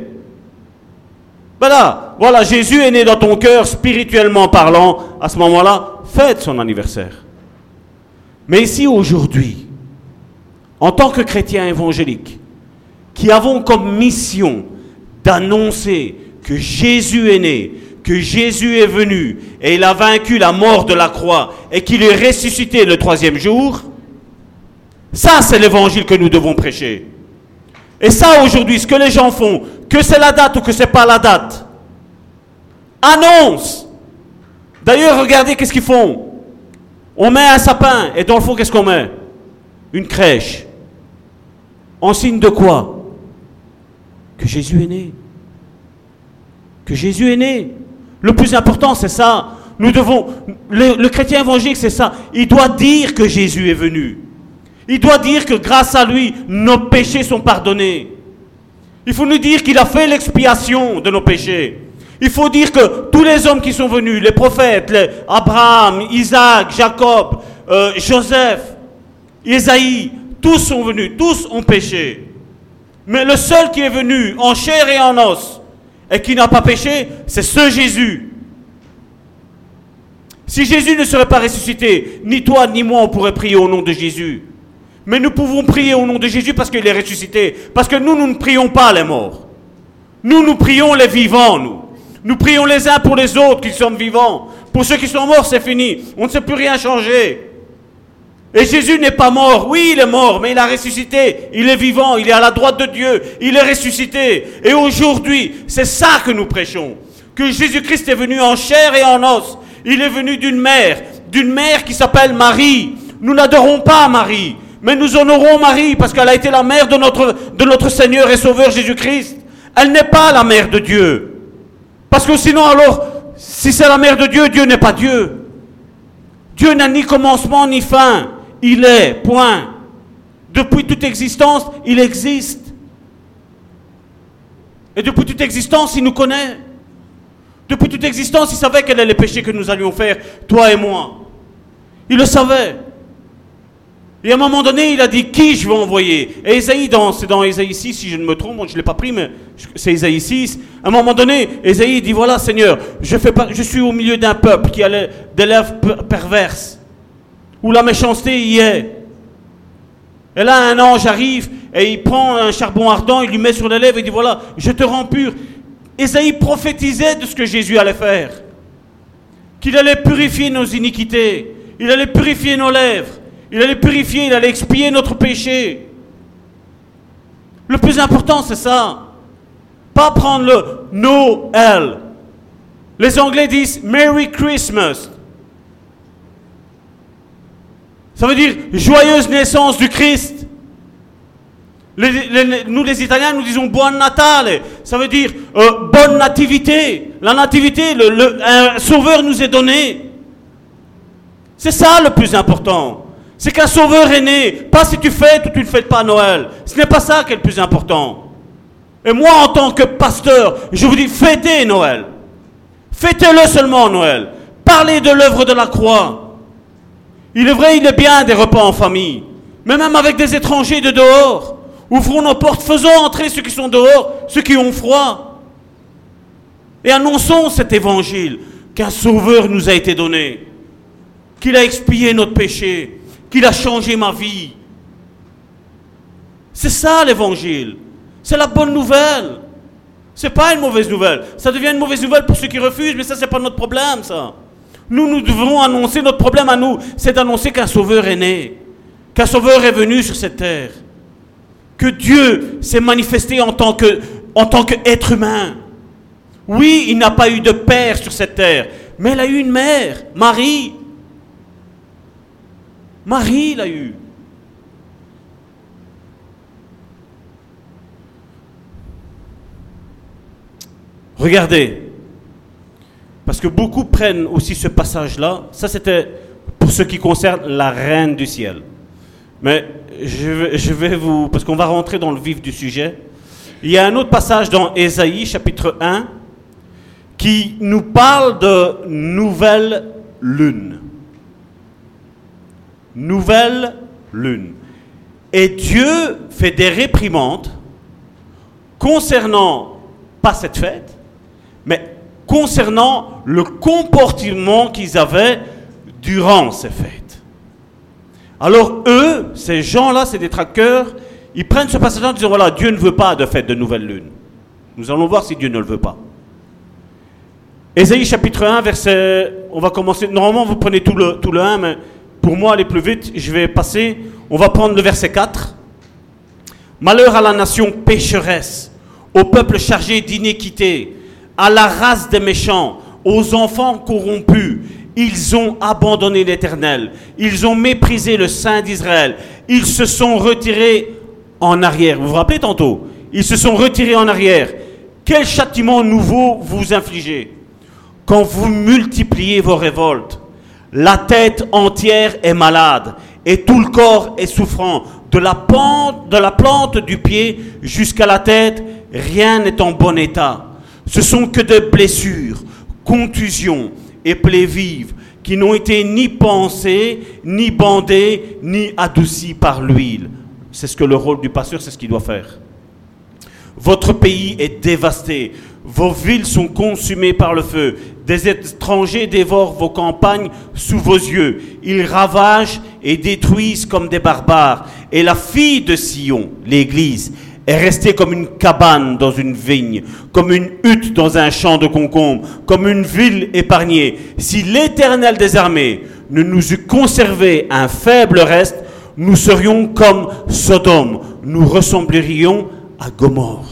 Voilà, Jésus est né dans ton cœur, spirituellement parlant. À ce moment-là, fête son anniversaire. Mais ici, aujourd'hui, en tant que chrétiens évangéliques, qui avons comme mission d'annoncer que Jésus est né, que Jésus est venu, et il a vaincu la mort de la croix, et qu'il est ressuscité le 3e jour, ça c'est l'évangile que nous devons prêcher. Et ça aujourd'hui, ce que les gens font, que c'est la date ou que c'est pas la date, annonce. D'ailleurs, regardez qu'est-ce qu'ils font. On met un sapin, et dans le fond, qu'est-ce qu'on met? Une crèche. En signe de quoi? Que Jésus est né. Que Jésus est né. Le plus important, c'est ça. Nous devons, le chrétien évangélique, c'est ça. Il doit dire que Jésus est venu. Il doit dire que grâce à lui, nos péchés sont pardonnés. Il faut nous dire qu'il a fait l'expiation de nos péchés. Il faut dire que tous les hommes qui sont venus, les prophètes, Abraham, Isaac, Jacob, Joseph, Isaïe, tous sont venus, tous ont péché. Mais le seul qui est venu en chair et en os et qui n'a pas péché, c'est ce Jésus. Si Jésus ne serait pas ressuscité, ni toi ni moi on pourrait prier au nom de Jésus. Mais nous pouvons prier au nom de Jésus parce qu'il est ressuscité. Parce que nous ne prions pas les morts. Nous prions les vivants, nous. Nous prions les uns pour les autres qui sont vivants. Pour ceux qui sont morts, c'est fini. On ne sait plus rien changer. Et Jésus n'est pas mort. Oui, il est mort, mais il a ressuscité. Il est vivant, il est à la droite de Dieu. Il est ressuscité. Et aujourd'hui, c'est ça que nous prêchons. Que Jésus-Christ est venu en chair et en os. Il est venu d'une mère qui s'appelle Marie. Nous n'adorons pas Marie, mais nous honorons Marie parce qu'elle a été la mère de notre Seigneur et Sauveur Jésus-Christ. Elle n'est pas la mère de Dieu. Parce que sinon alors, si c'est la mère de Dieu, Dieu n'est pas Dieu. Dieu n'a ni commencement ni fin. Il est, point. Depuis toute existence, il existe. Et depuis toute existence, il nous connaît. Depuis toute existence, il savait quels étaient les péchés que nous allions faire, toi et moi. Il le savait. Et à un moment donné, il a dit qui je vais envoyer. Et Ésaïe, c'est dans Ésaïe 6, si je ne me trompe, je ne l'ai pas pris, mais c'est Ésaïe 6. À un moment donné, Ésaïe dit voilà Seigneur, je suis au milieu d'un peuple qui a des lèvres perverses, où la méchanceté y est. Et là, un ange arrive et il prend un charbon ardent, il lui met sur les lèvres et il dit voilà, je te rends pur. Ésaïe prophétisait de ce que Jésus allait faire. Qu'il allait purifier nos iniquités, il allait purifier nos lèvres. Il allait purifier, il allait expier notre péché. Le plus important, c'est ça. Pas prendre le Noël. Les Anglais disent Merry Christmas. Ça veut dire joyeuse naissance du Christ. Nous, les Italiens, nous disons Buon Natale. Ça veut dire bonne nativité. La nativité, un sauveur nous est donné. C'est ça le plus important. C'est qu'un sauveur est né, pas si tu fêtes ou tu ne fêtes pas Noël. Ce n'est pas ça qui est le plus important. Et moi, en tant que pasteur, je vous dis, fêtez Noël. Fêtez-le seulement Noël. Parlez de l'œuvre de la croix. Il est vrai, il est bien des repas en famille. Mais même avec des étrangers de dehors. Ouvrons nos portes, faisons entrer ceux qui sont dehors, ceux qui ont froid. Et annonçons cet évangile, qu'un sauveur nous a été donné. Qu'il a expié notre péché. Qu'il a changé ma vie. C'est ça l'évangile. C'est la bonne nouvelle. C'est pas une mauvaise nouvelle. Ça devient une mauvaise nouvelle pour ceux qui refusent, mais ça c'est pas notre problème, ça. Nous devons annoncer, notre problème à nous, c'est d'annoncer qu'un sauveur est né. Qu'un sauveur est venu sur cette terre. Que Dieu s'est manifesté en tant qu'être humain. Oui, il n'a pas eu de père sur cette terre, mais il a eu une mère, Marie. Marie l'a eu. Regardez, parce que beaucoup prennent aussi ce passage-là. Ça, c'était pour ce qui concerne la reine du ciel. Mais je vais vous... Parce qu'on va rentrer dans le vif du sujet. Il y a un autre passage dans Ésaïe, chapitre 1, qui nous parle de nouvelle lune. Nouvelle lune. Et Dieu fait des réprimandes concernant, pas cette fête, mais concernant le comportement qu'ils avaient durant ces fêtes. Alors eux, ces gens-là, ces détracteurs, ils prennent ce passage en disant, voilà, Dieu ne veut pas de fête de nouvelle lune. Nous allons voir si Dieu ne le veut pas. Ésaïe chapitre 1, verset, on va commencer, normalement vous prenez tout le 1, mais pour moi aller plus vite, je vais passer, on va prendre le verset 4. Malheur à la nation pécheresse, au peuple chargé d'iniquité, à la race des méchants, aux enfants corrompus. Ils ont abandonné l'Éternel, ils ont méprisé le Saint d'Israël, ils se sont retirés en arrière. Vous vous rappelez tantôt? Ils se sont retirés en arrière. Quel châtiment nouveau vous infligez? Quand vous multipliez vos révoltes, la tête entière est malade et tout le corps est souffrant. De la plante du pied jusqu'à la tête, rien n'est en bon état. Ce sont que des blessures, contusions et plaies vives qui n'ont été ni pansées, ni bandées, ni adoucies par l'huile. C'est ce que le rôle du pasteur, c'est ce qu'il doit faire. Votre pays est dévasté. Vos villes sont consumées par le feu. Des étrangers dévorent vos campagnes sous vos yeux. Ils ravagent et détruisent comme des barbares. Et la fille de Sion, l'Église, est restée comme une cabane dans une vigne, comme une hutte dans un champ de concombres, comme une ville épargnée. Si l'Éternel des armées ne nous eût conservé un faible reste, nous serions comme Sodome. Nous ressemblerions à Gomorrhe.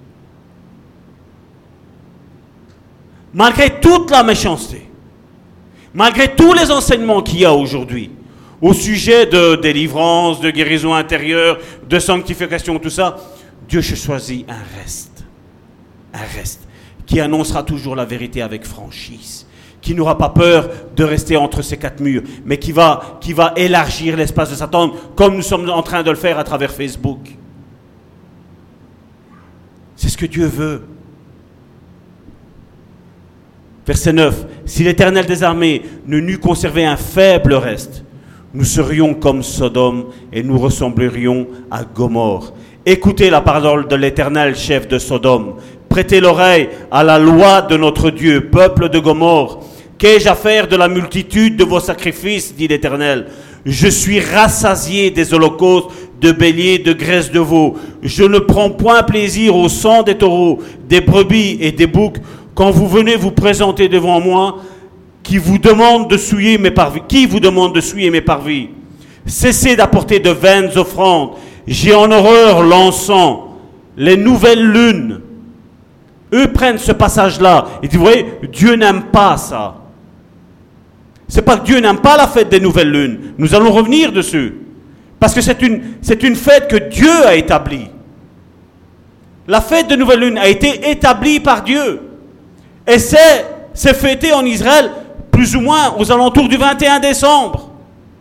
Malgré toute la méchanceté, malgré tous les enseignements qu'il y a aujourd'hui au sujet de délivrance, de guérison intérieure, de sanctification, tout ça, Dieu choisit un reste, qui annoncera toujours la vérité avec franchise, qui n'aura pas peur de rester entre ces quatre murs, mais qui va élargir l'espace de Satan, comme nous sommes en train de le faire à travers Facebook. C'est ce que Dieu veut. Verset 9. Si l'Éternel des armées ne n'eût conservé un faible reste, nous serions comme Sodome et nous ressemblerions à Gomorrhe. Écoutez la parole de l'Éternel, chef de Sodome. Prêtez l'oreille à la loi de notre Dieu, peuple de Gomorrhe. Qu'ai-je à faire de la multitude de vos sacrifices, dit l'Éternel? Je suis rassasié des holocaustes, de béliers, de graisse de veau. Je ne prends point plaisir au sang des taureaux, des brebis et des boucs. Quand vous venez vous présenter devant moi, qui vous demande de souiller mes parvis? Cessez d'apporter de vaines offrandes. J'ai en horreur l'encens, les nouvelles lunes. Eux prennent ce passage-là et disent, vous voyez, Dieu n'aime pas ça. C'est pas que Dieu n'aime pas la fête des nouvelles lunes. Nous allons revenir dessus. Parce que c'est une fête que Dieu a établie. La fête de nouvelles lunes a été établie par Dieu. Et c'est fêté en Israël plus ou moins aux alentours du 21 décembre.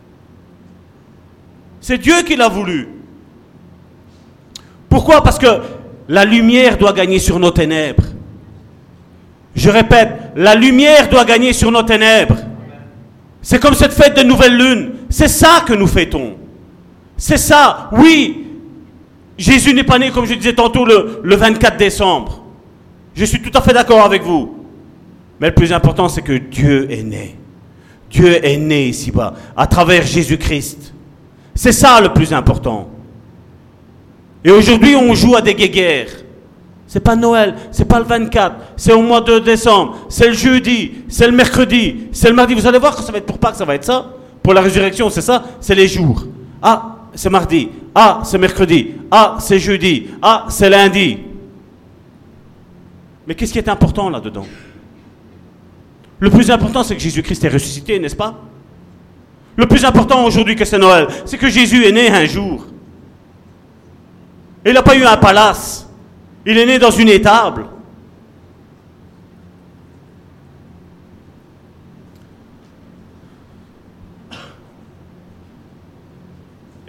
C'est Dieu qui l'a voulu. Pourquoi? Parce que la lumière doit gagner sur nos ténèbres. Je répète, la lumière doit gagner sur nos ténèbres. C'est comme cette fête de nouvelle lune. C'est ça que nous fêtons. C'est ça. Oui, Jésus n'est pas né, comme je disais tantôt, le 24 décembre. Je suis tout à fait d'accord avec vous. Mais le plus important, c'est que Dieu est né. Dieu est né ici-bas, à travers Jésus-Christ. C'est ça le plus important. Et aujourd'hui, on joue à des guéguerres. C'est pas Noël, c'est pas le 24, c'est au mois de décembre, c'est le jeudi, c'est le mercredi, c'est le mardi. Vous allez voir que ça va être pour Pâques, ça va être ça. Pour la résurrection, c'est ça, c'est les jours. Ah, c'est mardi. Ah, c'est mercredi. Ah, c'est jeudi. Ah, c'est lundi. Mais qu'est-ce qui est important là-dedans? Le plus important, c'est que Jésus-Christ est ressuscité, n'est-ce pas? Le plus important aujourd'hui que c'est Noël, c'est que Jésus est né un jour. Il n'a pas eu un palace. Il est né dans une étable.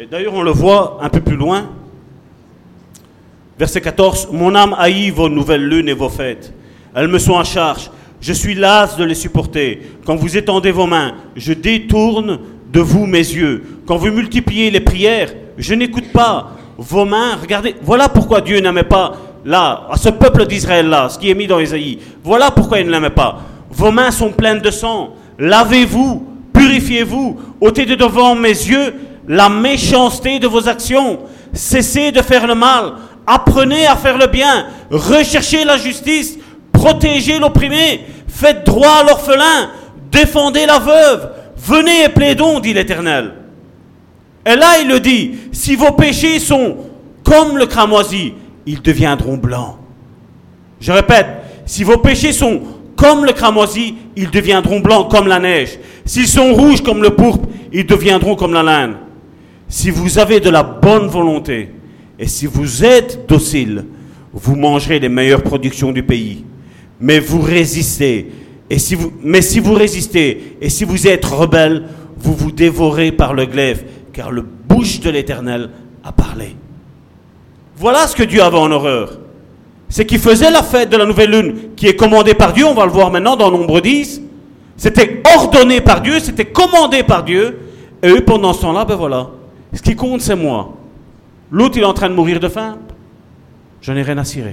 D'ailleurs, on le voit un peu plus loin. Verset 14. « Mon âme haït vos nouvelles lunes et vos fêtes. Elles me sont en charge. Je suis las de les supporter. Quand vous étendez vos mains, je détourne de vous mes yeux. Quand vous multipliez les prières, je n'écoute pas. Vos mains, regardez, voilà pourquoi Dieu n'aimait pas, là, à ce peuple d'Israël-là, ce qui est mis dans Ésaïe. Voilà pourquoi il ne l'aimait pas. Vos mains sont pleines de sang. Lavez-vous, purifiez-vous. Ôtez de devant mes yeux la méchanceté de vos actions. Cessez de faire le mal. Apprenez à faire le bien. Recherchez la justice. Protégez l'opprimé. Faites droit à l'orphelin. Défendez la veuve. Venez et plaidons, dit l'Éternel. Et là, il le dit, si vos péchés sont comme le cramoisi, ils deviendront blancs. Je répète, si vos péchés sont comme le cramoisi, ils deviendront blancs comme la neige. S'ils sont rouges comme le pourpre, ils deviendront comme la laine. Si vous avez de la bonne volonté et si vous êtes docile, vous mangerez les meilleures productions du pays. Mais vous résistez. Mais si vous résistez et si vous êtes rebelles, vous vous dévorez par le glaive, car le bouche de l'Éternel a parlé. Voilà ce que Dieu avait en horreur. C'est qu'il faisait la fête de la nouvelle lune, qui est commandée par Dieu, on va le voir maintenant dans Nombre 10. C'était ordonné par Dieu, c'était commandé par Dieu. Et eux, pendant ce temps-là, ben voilà. Ce qui compte, c'est moi. L'autre, il est en train de mourir de faim. Je n'ai rien à cirer.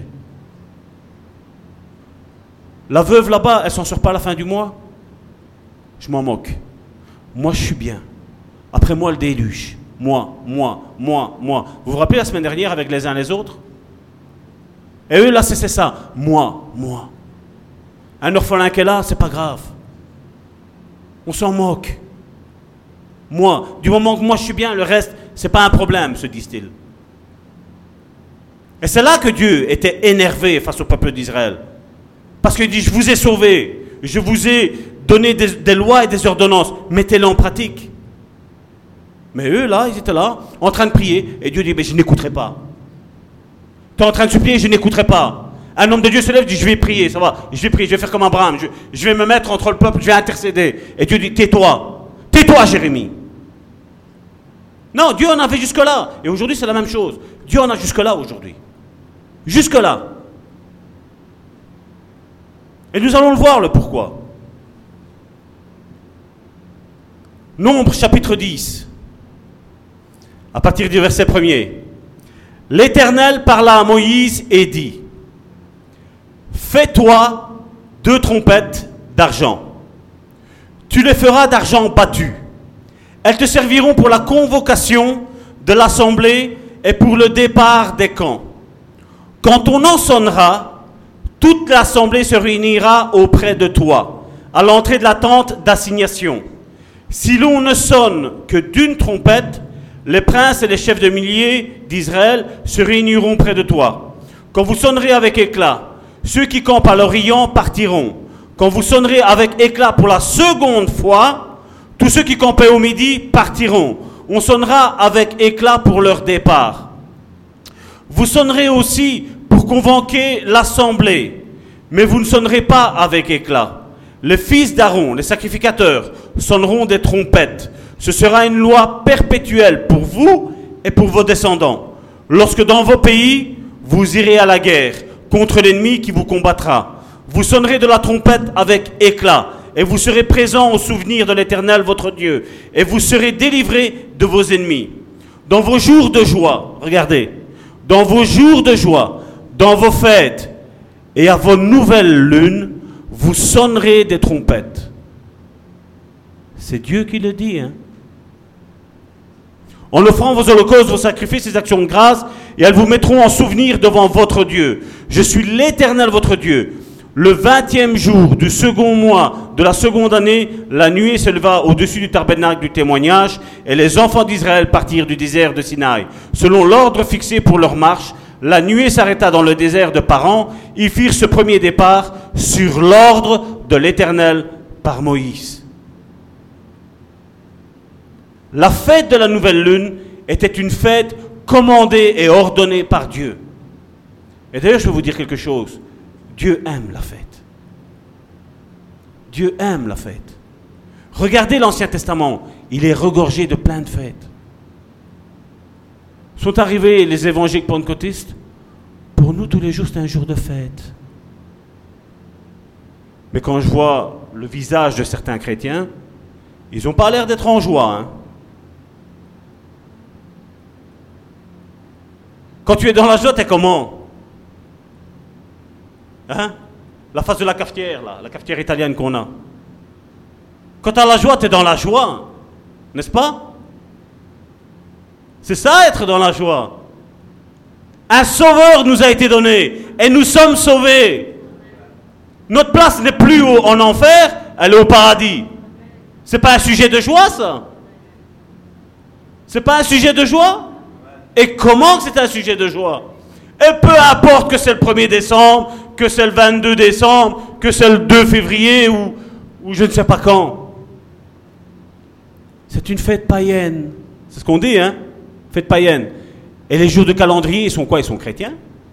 La veuve là-bas, elle s'en sort pas à la fin du mois. Je m'en moque. Moi, je suis bien. Après moi, le déluge. Moi. Vous vous rappelez la semaine dernière avec les uns les autres? Et eux, là, c'est ça. Moi. Un orphelin qui est là, c'est pas grave. On s'en moque. Moi. Du moment que moi, je suis bien, le reste, c'est pas un problème, se disent-ils. Et c'est là que Dieu était énervé face au peuple d'Israël. Parce qu'il dit, je vous ai sauvé, je vous ai donné des lois et des ordonnances, mettez-les en pratique. Mais eux, là, ils étaient là, en train de prier, et Dieu dit, mais je n'écouterai pas. Tu es en train de supplier, je n'écouterai pas. Un homme de Dieu se lève, dit, je vais prier, ça va, je vais prier, je vais faire comme Abraham, je vais me mettre entre le peuple, je vais intercéder. Et Dieu dit, tais-toi, Jérémie. Non, Dieu en avait jusque-là, et aujourd'hui c'est la même chose. Dieu en a jusque-là aujourd'hui. Jusque-là. Et nous allons le voir, le pourquoi. Nombre chapitre 10, à partir du verset 1er. L'Éternel parla à Moïse et dit, fais-toi 2 trompettes d'argent. Tu les feras d'argent battu. Elles te serviront pour la convocation de l'assemblée et pour le départ des camps. Quand on en sonnera, toute l'assemblée se réunira auprès de toi, à l'entrée de la tente d'assignation. Si l'on ne sonne que d'une trompette, les princes et les chefs de milliers d'Israël se réuniront près de toi. Quand vous sonnerez avec éclat, ceux qui campent à l'Orient partiront. Quand vous sonnerez avec éclat pour la seconde fois, tous ceux qui campaient au midi partiront. On sonnera avec éclat pour leur départ. Vous sonnerez aussi pour convoquer l'assemblée, mais vous ne sonnerez pas avec éclat. Les fils d'Aaron, les sacrificateurs, sonneront des trompettes. Ce sera une loi perpétuelle pour vous et pour vos descendants. Lorsque dans vos pays, vous irez à la guerre contre l'ennemi qui vous combattra. Vous sonnerez de la trompette avec éclat, et vous serez présents au souvenir de l'Éternel votre Dieu, et vous serez délivrés de vos ennemis. Dans vos jours de joie, regardez, dans vos jours de joie, dans vos fêtes et à vos nouvelles lunes, vous sonnerez des trompettes. C'est Dieu qui le dit, hein. En offrant vos holocaustes, vos sacrifices, vos actions de grâce, et elles vous mettront en souvenir devant votre Dieu. Je suis l'Éternel votre Dieu. Le 20e jour du second mois de la seconde année, la nuée s'éleva au-dessus du tabernacle du témoignage, et les enfants d'Israël partirent du désert de Sinaï. Selon l'ordre fixé pour leur marche, la nuée s'arrêta dans le désert de Paran. Ils firent ce premier départ sur l'ordre de l'Éternel par Moïse. La fête de la nouvelle lune était une fête commandée et ordonnée par Dieu. Et d'ailleurs, je vais vous dire quelque chose. Dieu aime la fête. Dieu aime la fête. Regardez l'Ancien Testament, il est regorgé de plein de fêtes. Sont arrivés les évangéliques pentecôtistes. Pour nous, tous les jours, c'est un jour de fête. Mais quand je vois le visage de certains chrétiens, ils n'ont pas l'air d'être en joie. Hein. Quand tu es dans la joie, t'es comment? Hein? La face de la cafetière, là, la cafetière italienne qu'on a. Quand tu as la joie, tu es dans la joie. N'est-ce pas? C'est ça, être dans la joie. Un sauveur nous a été donné. Et nous sommes sauvés. Notre place n'est plus en enfer, elle est au paradis. C'est pas un sujet de joie, ça? C'est pas un sujet de joie? Et comment que c'est un sujet de joie? Et peu importe que c'est le 1er décembre, que c'est le 22 décembre, que c'est le 2 février ou je ne sais pas quand. C'est une fête païenne. C'est ce qu'on dit, hein? Fête païenne. Et les jours de calendrier, ils sont quoi? Ils sont chrétiens?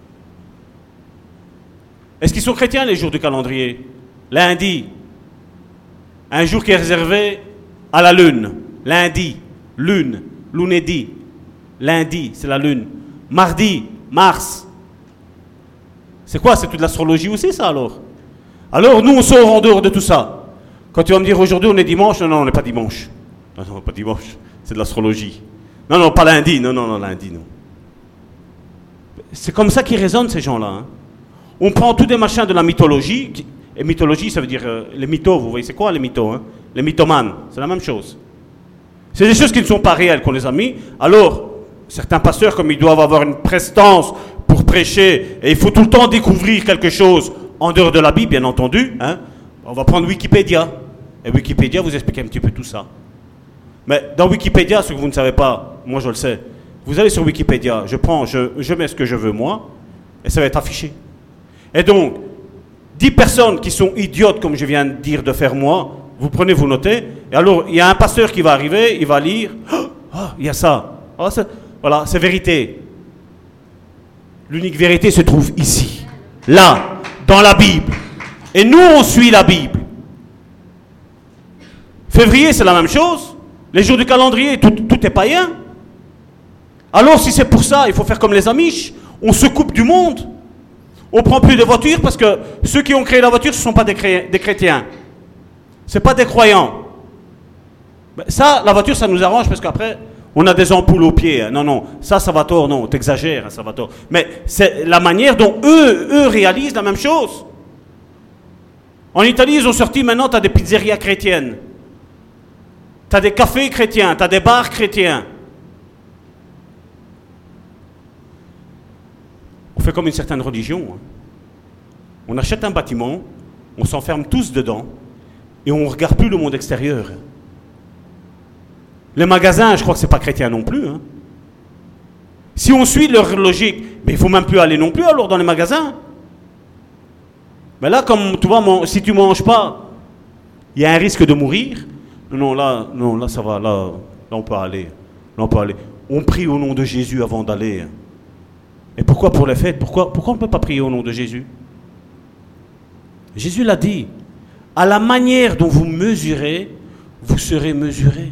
Est-ce qu'ils sont chrétiens, les jours de calendrier? Lundi. Un jour qui est réservé à la lune. Lundi. Lune. Lunedì. Lundi, c'est la lune. Mardi. Mars. C'est quoi? C'est toute l'astrologie aussi, ça, alors? Alors, nous, on sort en dehors de tout ça. Quand tu vas me dire aujourd'hui, on est dimanche, non, on n'est pas dimanche. Non, pas dimanche. C'est de l'astrologie. Non, pas lundi. Non, lundi, non. C'est comme ça qu'ils raisonnent, ces gens-là. Hein. On prend tous des machins de la mythologie. Et mythologie, ça veut dire les mythos, vous voyez, c'est quoi les mythos? Hein? Les mythomanes, c'est la même chose. C'est des choses qui ne sont pas réelles qu'on les a mis. Alors, certains pasteurs, comme ils doivent avoir une prestance pour prêcher, et il faut tout le temps découvrir quelque chose en dehors de la Bible, bien entendu, hein, on va prendre Wikipédia. Et Wikipédia vous explique un petit peu tout ça. Mais dans Wikipédia, ce que vous ne savez pas, moi je le sais, vous allez sur Wikipédia, je mets ce que je veux moi, et ça va être affiché. Et donc, 10 personnes qui sont idiotes, comme je viens de dire de faire moi, vous prenez, vous notez, et alors il y a un pasteur qui va arriver, il va lire, il y a ça, voilà, c'est vérité. L'unique vérité se trouve ici, là, dans la Bible. Et nous, on suit la Bible. Février, c'est la même chose. Les jours du calendrier, tout est païen. Alors, si c'est pour ça, il faut faire comme les Amish. On se coupe du monde. On ne prend plus de voitures parce que ceux qui ont créé la voiture, ce ne sont pas des chrétiens. Ce ne sont pas des croyants. Ben, ça, la voiture, ça nous arrange parce qu'après, on a des ampoules aux pieds. Hein. Non, ça va tort, non, t'exagères, hein, ça va tort. Mais c'est la manière dont eux réalisent la même chose. En Italie, ils ont sorti, maintenant, tu as des pizzerias chrétiennes. Tu as des cafés chrétiens, tu as des bars chrétiens. On fait comme une certaine religion. Hein. On achète un bâtiment, on s'enferme tous dedans, et on ne regarde plus le monde extérieur. Les magasins, je crois que ce n'est pas chrétien non plus. Hein. Si on suit leur logique, mais il ne faut même plus aller non plus alors dans les magasins. Mais là, comme tu vois, si tu ne manges pas, il y a un risque de mourir. Non, là, ça va, là, on peut aller. Là, on peut aller. On prie au nom de Jésus avant d'aller. Et pourquoi pour les fêtes? Pourquoi on ne peut pas prier au nom de Jésus? Jésus l'a dit. À la manière dont vous mesurez, vous serez mesurés.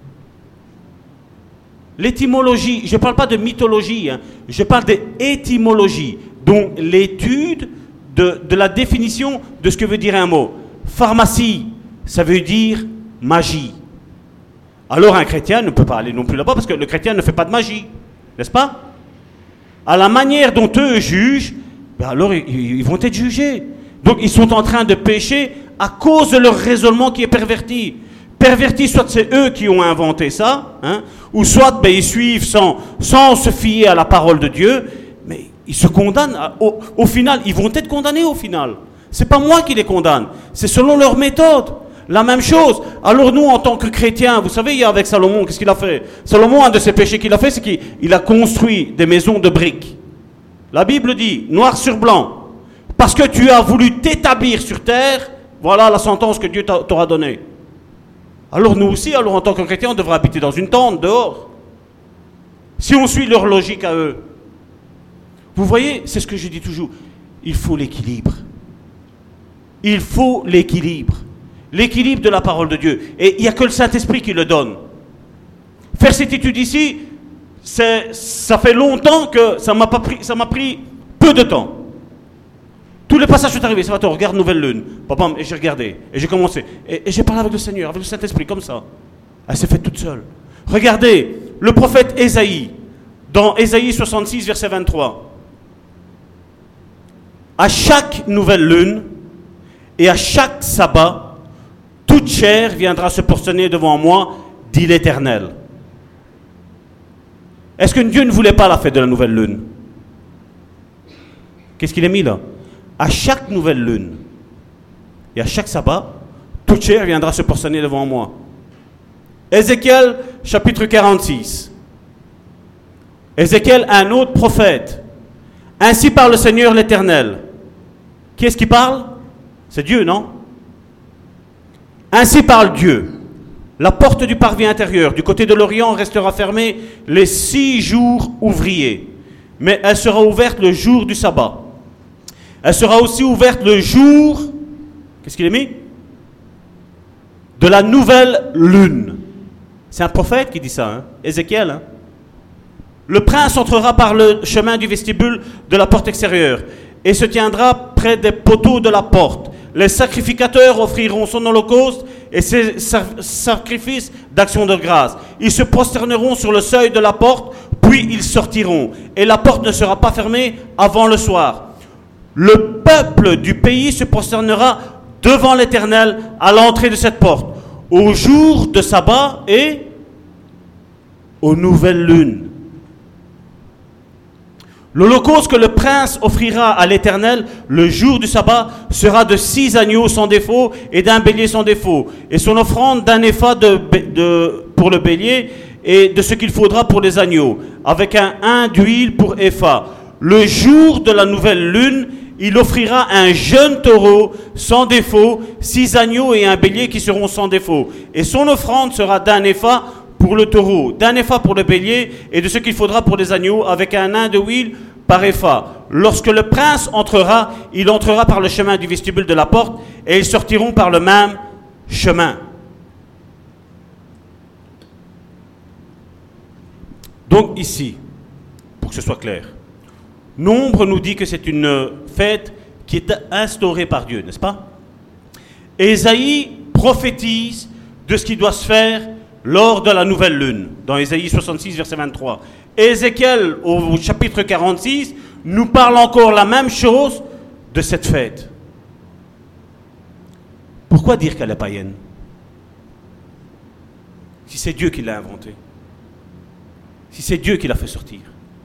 L'étymologie, je ne parle pas de mythologie, hein, je parle d'étymologie, donc l'étude de la définition de ce que veut dire un mot. Pharmacie, ça veut dire magie. Alors un chrétien ne peut pas aller non plus là-bas parce que le chrétien ne fait pas de magie, n'est-ce pas? À la manière dont eux jugent, ben alors ils vont être jugés. Donc ils sont en train de pécher à cause de leur raisonnement qui est perverti. Perverti, soit c'est eux qui ont inventé ça, hein, ou soit ils suivent sans se fier à la parole de Dieu, mais ils se condamnent. Au final, ils vont être condamnés au final. C'est pas moi qui les condamne, c'est selon leur méthode. La même chose. Alors nous, en tant que chrétiens, vous savez, avec Salomon, qu'est-ce qu'il a fait? Salomon, un de ses péchés qu'il a fait, c'est qu'il a construit des maisons de briques. La Bible dit, noir sur blanc, parce que tu as voulu t'établir sur terre, voilà la sentence que Dieu t'aura donnée. Alors nous aussi, en tant que chrétiens, on devrait habiter dans une tente, dehors. Si on suit leur logique à eux. Vous voyez, c'est ce que je dis toujours. Il faut l'équilibre. Il faut l'équilibre. L'équilibre de la parole de Dieu. Et il n'y a que le Saint-Esprit qui le donne. Faire cette étude ici, ça fait longtemps que ça m'a pris peu de temps. Tous les passages sont arrivés. Ça va, toi, regarde Nouvelle Lune. Papa, et j'ai regardé. Et j'ai commencé. Et j'ai parlé avec le Seigneur, avec le Saint-Esprit, comme ça. Elle s'est faite toute seule. Regardez, le prophète Ésaïe, dans Ésaïe 66, verset 23. À chaque nouvelle lune et à chaque sabbat, toute chair viendra se prosterner devant moi, dit l'Éternel. Est-ce que Dieu ne voulait pas la fête de la nouvelle lune? Qu'est-ce qu'il a mis là? À chaque nouvelle lune et à chaque sabbat, toute chair viendra se prosterner devant moi. Ézéchiel, chapitre 46. Ézéchiel, un autre prophète. Ainsi parle le Seigneur l'Éternel. Qui est-ce qui parle? C'est Dieu, non? Ainsi parle Dieu. La porte du parvis intérieur, du côté de l'Orient, restera fermée les 6 jours ouvriers. Mais elle sera ouverte le jour du sabbat. Elle sera aussi ouverte le jour, qu'est-ce qu'il a mis? De la nouvelle lune. C'est un prophète qui dit ça, hein? Ézéchiel. Hein? Le prince entrera par le chemin du vestibule de la porte extérieure et se tiendra près des poteaux de la porte. Les sacrificateurs offriront son holocauste et ses sacrifices d'action de grâce. Ils se prosterneront sur le seuil de la porte, puis ils sortiront. Et la porte ne sera pas fermée avant le soir. Le peuple du pays se prosternera devant l'Éternel à l'entrée de cette porte, au jour de sabbat et aux nouvelles lunes. L'holocauste que le prince offrira à l'Éternel le jour du sabbat sera de 6 agneaux sans défaut et d'un bélier sans défaut. Et son offrande d'un épha pour le bélier et de ce qu'il faudra pour les agneaux, avec un d'huile pour épha. Le jour de la nouvelle lune, il offrira un jeune taureau sans défaut, 6 agneaux et un bélier qui seront sans défaut. Et son offrande sera d'un épha pour le taureau, d'un épha pour le bélier et de ce qu'il faudra pour les agneaux, avec un hin de huile par épha. Lorsque le prince entrera, il entrera par le chemin du vestibule de la porte et ils sortiront par le même chemin. Donc ici, pour que ce soit clair, Nombre nous dit que c'est une fête qui est instaurée par Dieu, n'est-ce pas? Ésaïe prophétise de ce qui doit se faire lors de la nouvelle lune, dans Ésaïe 66, verset 23. Ézéchiel, au chapitre 46, nous parle encore la même chose de cette fête. Pourquoi dire qu'elle est païenne? Si c'est Dieu qui l'a inventée, si c'est Dieu qui l'a fait sortir.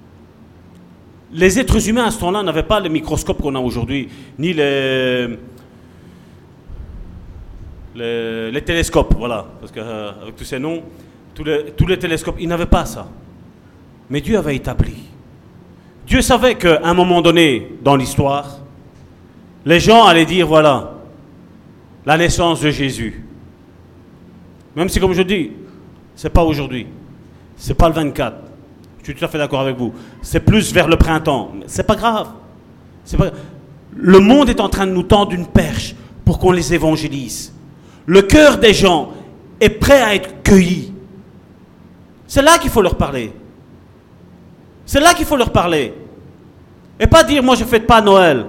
Les êtres humains à ce temps-là n'avaient pas les microscopes qu'on a aujourd'hui, ni les télescopes, voilà, parce qu'avec tous ces noms, tous les télescopes, ils n'avaient pas ça. Mais Dieu avait établi. Dieu savait qu'à un moment donné dans l'histoire, les gens allaient dire, voilà, la naissance de Jésus. Même si, comme je dis, c'est pas aujourd'hui, c'est pas le 24. Je suis tout à fait d'accord avec vous. C'est plus vers le printemps. C'est pas grave. Le monde est en train de nous tendre une perche pour qu'on les évangélise. Le cœur des gens est prêt à être cueilli. C'est là qu'il faut leur parler. C'est là qu'il faut leur parler. Et pas dire, moi je ne fête pas Noël.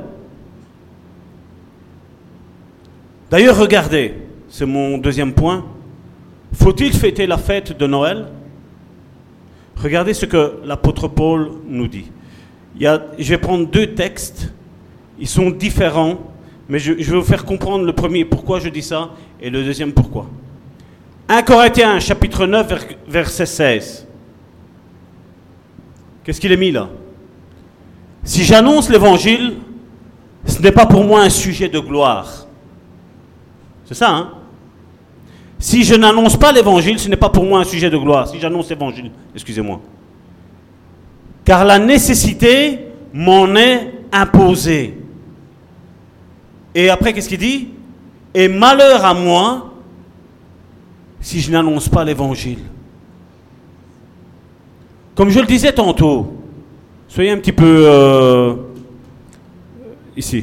D'ailleurs, regardez, c'est mon deuxième point. Faut-il fêter la fête de Noël? Regardez ce que l'apôtre Paul nous dit. Je vais prendre 2 textes. Ils sont différents, mais je vais vous faire comprendre le premier, pourquoi je dis ça, et le deuxième, pourquoi. 1 Corinthiens, chapitre 9, verset 16. Qu'est-ce qu'il est mis là? Si j'annonce l'évangile, ce n'est pas pour moi un sujet de gloire. C'est ça, hein? Si je n'annonce pas l'évangile, ce n'est pas pour moi un sujet de gloire. Si j'annonce l'évangile, excusez-moi. Car la nécessité m'en est imposée. Et après, qu'est-ce qu'il dit? Et malheur à moi si je n'annonce pas l'évangile. Comme je le disais tantôt, soyez un petit peu ici.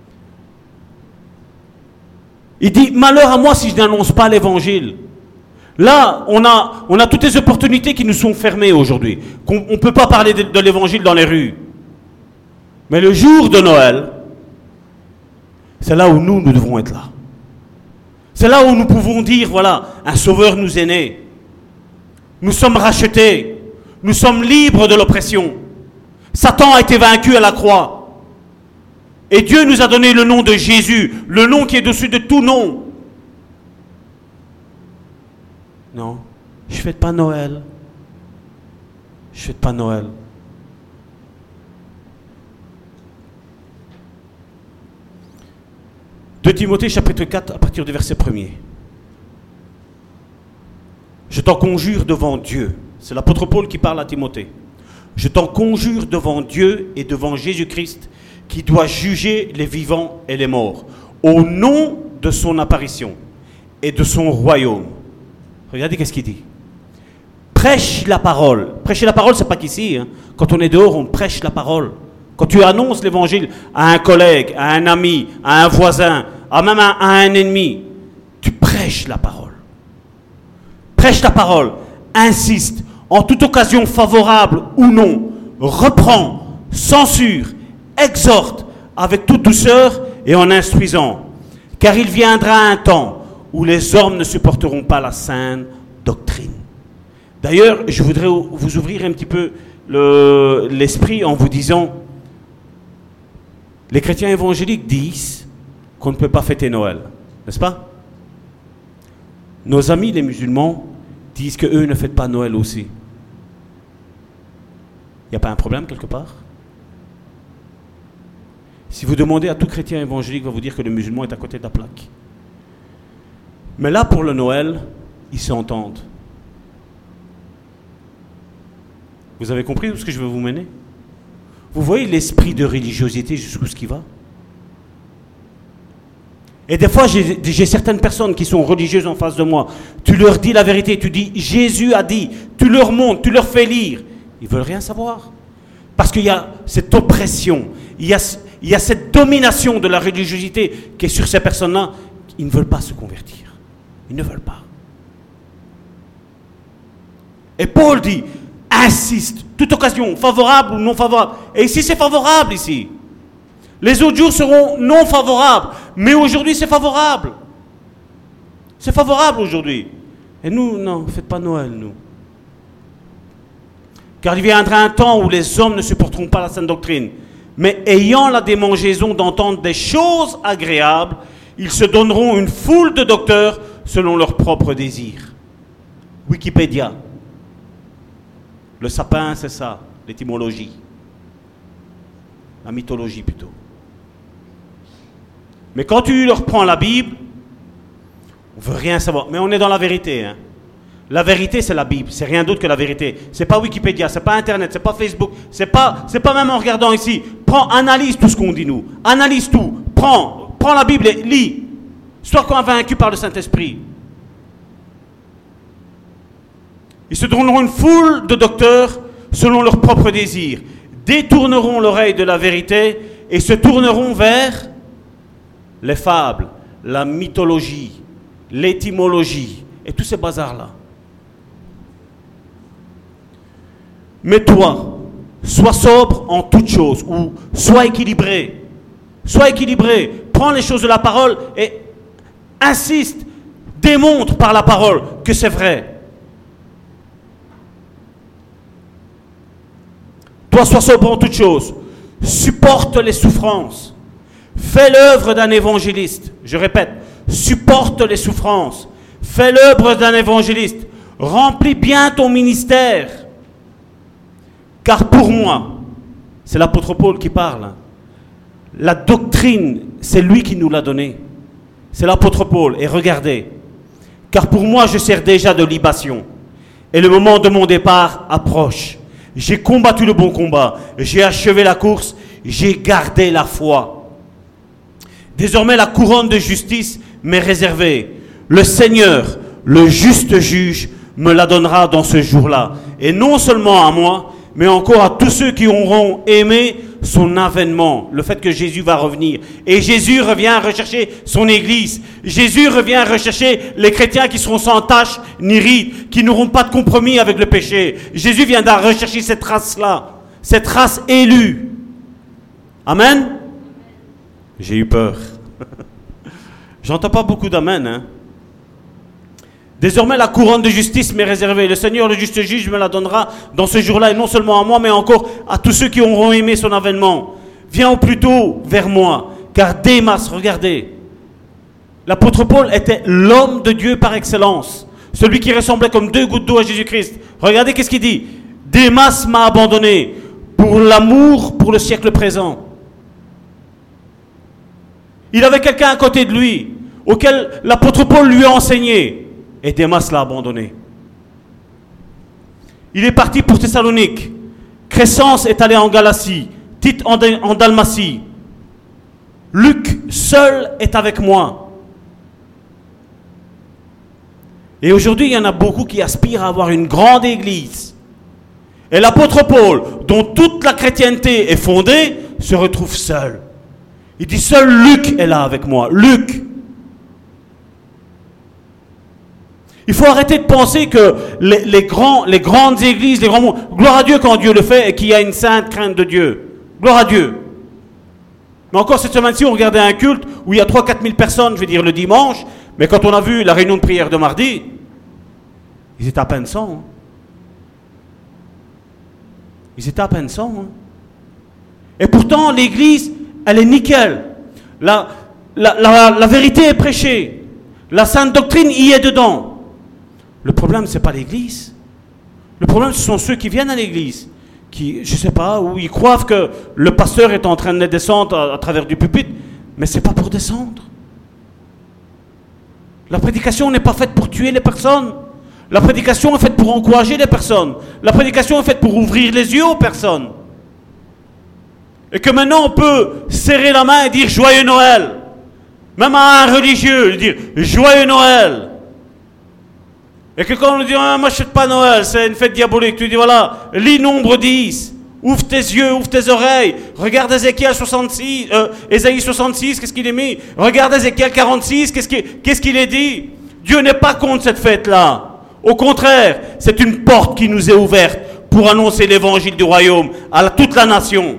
Il dit, malheur à moi si je n'annonce pas l'évangile. Là, on a toutes les opportunités qui nous sont fermées aujourd'hui. On ne peut pas parler de l'évangile dans les rues. Mais le jour de Noël, c'est là où nous devons être là. C'est là où nous pouvons dire, voilà, un sauveur nous est né. Nous sommes rachetés. Nous sommes libres de l'oppression. Satan a été vaincu à la croix. Et Dieu nous a donné le nom de Jésus, le nom qui est dessus de tout nom. Non, je ne fête pas Noël. Je ne fête pas Noël. De Timothée chapitre 4 à partir du verset 1er. Je t'en conjure devant Dieu. C'est l'apôtre Paul qui parle à Timothée. Je t'en conjure devant Dieu et devant Jésus-Christ qui doit juger les vivants et les morts au nom de son apparition et de son royaume. Regardez qu'est-ce qu'il dit. Prêche la parole. Prêcher la parole, c'est pas qu'ici. Hein. Quand on est dehors, on prêche la parole. Quand tu annonces l'évangile à un collègue, à un ami, à un voisin, même à un ennemi, tu prêches la parole. Prêche la parole. Insiste, en toute occasion favorable ou non, reprend, censure, exhorte avec toute douceur et en instruisant. Car il viendra un temps où les hommes ne supporteront pas la saine doctrine. D'ailleurs, je voudrais vous ouvrir un petit peu l'esprit en vous disant, les chrétiens évangéliques disent qu'on ne peut pas fêter Noël, n'est-ce pas? Nos amis les musulmans disent qu'eux ne fêtent pas Noël aussi. Il n'y a pas un problème quelque part? Si vous demandez à tout chrétien évangélique, il va vous dire que le musulman est à côté de la plaque. Mais là, pour le Noël, ils s'entendent. Vous avez compris où est-ce que je veux vous mener? Vous voyez l'esprit de religiosité jusqu'où ce qui va? Et des fois, j'ai certaines personnes qui sont religieuses en face de moi. Tu leur dis la vérité, tu dis Jésus a dit, tu leur montres, tu leur fais lire. Ils ne veulent rien savoir. Parce qu'il y a cette oppression, il y a cette domination de la religiosité qui est sur ces personnes-là. Ils ne veulent pas se convertir. Ils ne veulent pas. Et Paul dit, insiste, toute occasion, favorable ou non favorable. Et ici, c'est favorable, ici. Les autres jours seront non favorables. Mais aujourd'hui, c'est favorable. C'est favorable aujourd'hui. Et nous, non, faites pas Noël, nous. Car il viendra un temps où les hommes ne supporteront pas la saine doctrine. Mais ayant la démangeaison d'entendre des choses agréables, ils se donneront une foule de docteurs selon leurs propres désirs. Wikipédia. Le sapin, c'est ça, l'étymologie. La mythologie plutôt. Mais quand tu leur prends la Bible, on ne veut rien savoir. Mais on est dans la vérité. Hein. La vérité, c'est la Bible. C'est rien d'autre que la vérité. C'est pas Wikipédia, c'est pas Internet, c'est pas Facebook, c'est pas même en regardant ici. Analyse tout ce qu'on dit nous. Analyse tout. Prends la Bible et lis. Sois convaincu par le Saint-Esprit. Ils se donneront une foule de docteurs selon leurs propres désirs, détourneront l'oreille de la vérité et se tourneront vers les fables, la mythologie, l'étymologie et tous ces bazars-là. Mais toi, sois sobre en toutes choses, ou sois équilibré. Sois équilibré. Prends les choses de la parole et insiste, démontre par la parole que c'est vrai. Toi, sois sobre en toutes choses. Supporte les souffrances. Fais l'œuvre d'un évangéliste. Je répète, supporte les souffrances. Fais l'œuvre d'un évangéliste. Remplis bien ton ministère. Car pour moi, c'est l'apôtre Paul qui parle. La doctrine, c'est lui qui nous l'a donnée. C'est l'apôtre Paul. Et regardez. Car pour moi, je sers déjà de libation. Et le moment de mon départ approche. J'ai combattu le bon combat. J'ai achevé la course. J'ai gardé la foi. Désormais, la couronne de justice m'est réservée. Le Seigneur, le juste juge, me la donnera dans ce jour-là. Et non seulement à moi, mais encore à tous ceux qui auront aimé son avènement, le fait que Jésus va revenir. Et Jésus revient rechercher son Église. Jésus revient rechercher les chrétiens qui seront sans tache ni ride, qui n'auront pas de compromis avec le péché. Jésus viendra rechercher cette race-là, cette race élue. Amen. J'ai eu peur. J'entends pas beaucoup d'amen, hein. Désormais, la couronne de justice m'est réservée. Le Seigneur, le juste juge, me la donnera dans ce jour-là, et non seulement à moi, mais encore à tous ceux qui auront aimé son avènement. Viens au plus tôt vers moi, car Démas, regardez, l'apôtre Paul était l'homme de Dieu par excellence, celui qui ressemblait comme 2 gouttes d'eau à Jésus-Christ. Regardez qu'est-ce qu'il dit. Démas m'a abandonné pour l'amour pour le siècle présent. Il avait quelqu'un à côté de lui, auquel l'apôtre Paul lui a enseigné. Et Démas l'a abandonné. Il est parti pour Thessalonique. Crescence est allé en Galatie. Tite en Dalmatie. Luc seul est avec moi. Et aujourd'hui, il y en a beaucoup qui aspirent à avoir une grande église. Et l'apôtre Paul, dont toute la chrétienté est fondée, se retrouve seul. Il dit, seul Luc est là avec moi. Luc. Il faut arrêter de penser que les grandes églises, les grands mondes, gloire à Dieu quand Dieu le fait et qu'il y a une sainte crainte de Dieu. Gloire à Dieu. Mais encore cette semaine-ci, on regardait un culte où il y a 3-4 000 personnes, je vais dire le dimanche, mais quand on a vu la réunion de prière de mardi, ils étaient à peine 100. Hein. Ils étaient à peine 100. Hein. Et pourtant, l'église, elle est nickel. La vérité est prêchée. La sainte doctrine y est dedans. Le problème, ce n'est pas l'église. Le problème, ce sont ceux qui viennent à l'église, qui, je ne sais pas, où ils croient que le pasteur est en train de descendre à travers du pupitre, mais ce n'est pas pour descendre. La prédication n'est pas faite pour tuer les personnes. La prédication est faite pour encourager les personnes. La prédication est faite pour ouvrir les yeux aux personnes. Et que maintenant, on peut serrer la main et dire « Joyeux Noël ». Même à un religieux, dire « Joyeux Noël ». Et que quand on nous dit ah, « moi je ne fête pas Noël, c'est une fête diabolique », tu dis voilà, lis Nombre 10, ouvre tes yeux, ouvre tes oreilles, regarde Ésaïe 66, qu'est-ce qu'il est mis, regarde Ézéchiel 46, qu'est-ce qu'il est dit. Dieu n'est pas contre cette fête-là. Au contraire, c'est une porte qui nous est ouverte pour annoncer l'évangile du royaume à toute la nation.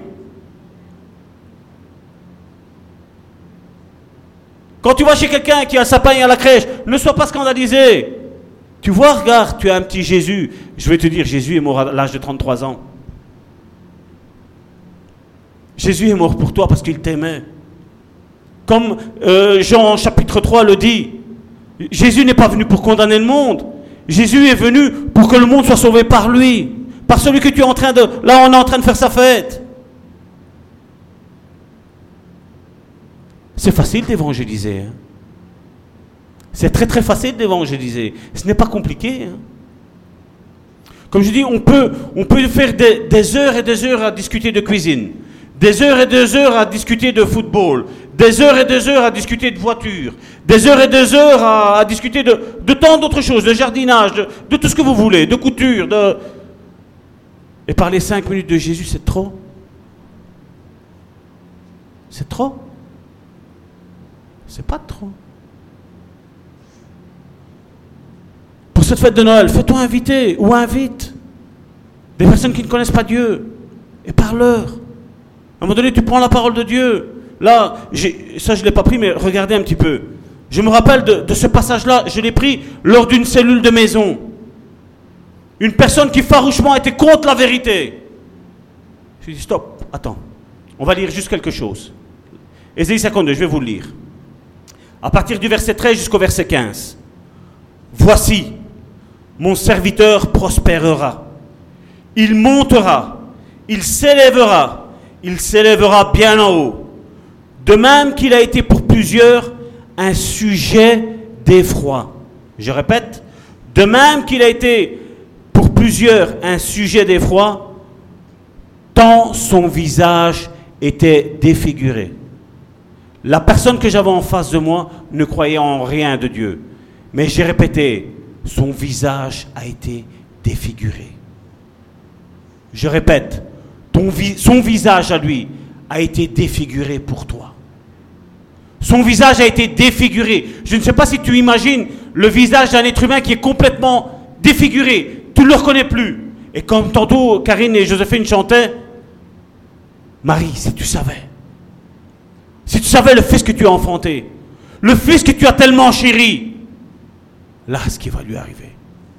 Quand tu vas chez quelqu'un qui a un sapin à la crèche, ne sois pas scandalisé. Tu vois, regarde, tu as un petit Jésus. Je vais te dire, Jésus est mort à l'âge de 33 ans. Jésus est mort pour toi parce qu'il t'aimait. Comme Jean chapitre 3 le dit, Jésus n'est pas venu pour condamner le monde. Jésus est venu pour que le monde soit sauvé par lui. Par celui que tu es en train de... Là, on est en train de faire sa fête. C'est facile d'évangéliser. Hein. C'est très très facile d'évangéliser. Ce n'est pas compliqué. Hein. Comme je dis, on peut faire des heures et des heures à discuter de cuisine, des heures et des heures à discuter de football, des heures et des heures à discuter de voiture, des heures et des heures à discuter de tant d'autres choses, de jardinage, de tout ce que vous voulez, de couture. Et parler 5 minutes de Jésus, c'est trop. C'est trop. C'est pas trop. Pour cette fête de Noël, fais-toi inviter ou invite des personnes qui ne connaissent pas Dieu et parle-leur. À un moment donné, tu prends la parole de Dieu. Là, ça je ne l'ai pas pris, mais regardez un petit peu. Je me rappelle de ce passage-là, je l'ai pris lors d'une cellule de maison. Une personne qui farouchement était contre la vérité. Je lui ai dit, stop, attends, on va lire juste quelque chose. Ésaïe 52, je vais vous le lire. À partir du verset 13 jusqu'au verset 15. Voici, mon serviteur prospérera. Il montera, il s'élèvera bien en haut. De même qu'il a été pour plusieurs un sujet d'effroi. Je répète, de même qu'il a été pour plusieurs un sujet d'effroi, tant son visage était défiguré. La personne que j'avais en face de moi ne croyait en rien de Dieu. Mais j'ai répété, son visage a été défiguré. Je répète, son visage à lui a été défiguré pour toi. Son visage a été défiguré. Je ne sais pas si tu imagines le visage d'un être humain qui est complètement défiguré. Tu ne le reconnais plus. Et comme tantôt Karine et Joséphine chantaient, Marie, si tu savais le fils que tu as enfanté, le fils que tu as tellement chéri, là, ce qui va lui arriver.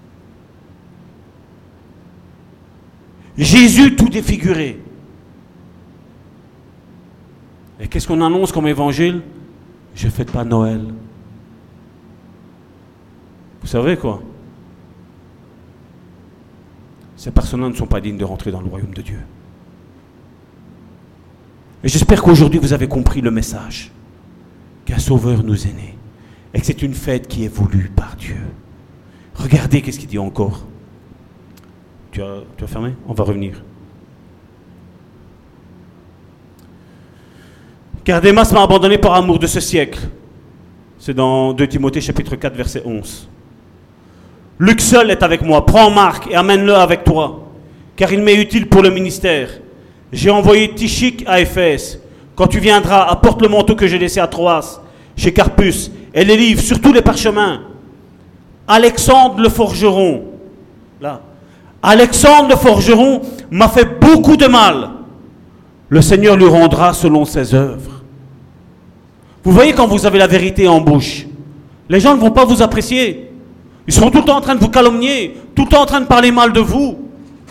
Jésus tout défiguré. Et qu'est-ce qu'on annonce comme évangile? Je ne fête pas Noël. Vous savez quoi? Ces personnes-là ne sont pas dignes de rentrer dans le royaume de Dieu. Et j'espère qu'aujourd'hui vous avez compris le message, qu'un sauveur nous est né, et que c'est une fête qui est voulue par Dieu. Regardez qu'est-ce qu'il dit encore. Tu as fermé? On va revenir. Car Démas m'a abandonné par amour de ce siècle. C'est dans 2 Timothée chapitre 4 verset 11. Luc seul est avec moi. Prends Marc et amène-le avec toi, car il m'est utile pour le ministère. J'ai envoyé Tychique à Éphèse. Quand tu viendras, apporte le manteau que j'ai laissé à Troas, chez Carpus, et les livres, surtout les parchemins. Alexandre le forgeron, là. Alexandre le forgeron m'a fait beaucoup de mal. Le Seigneur lui rendra selon ses œuvres. Vous voyez, quand vous avez la vérité en bouche, les gens ne vont pas vous apprécier. Ils seront tout le temps en train de vous calomnier, tout le temps en train de parler mal de vous.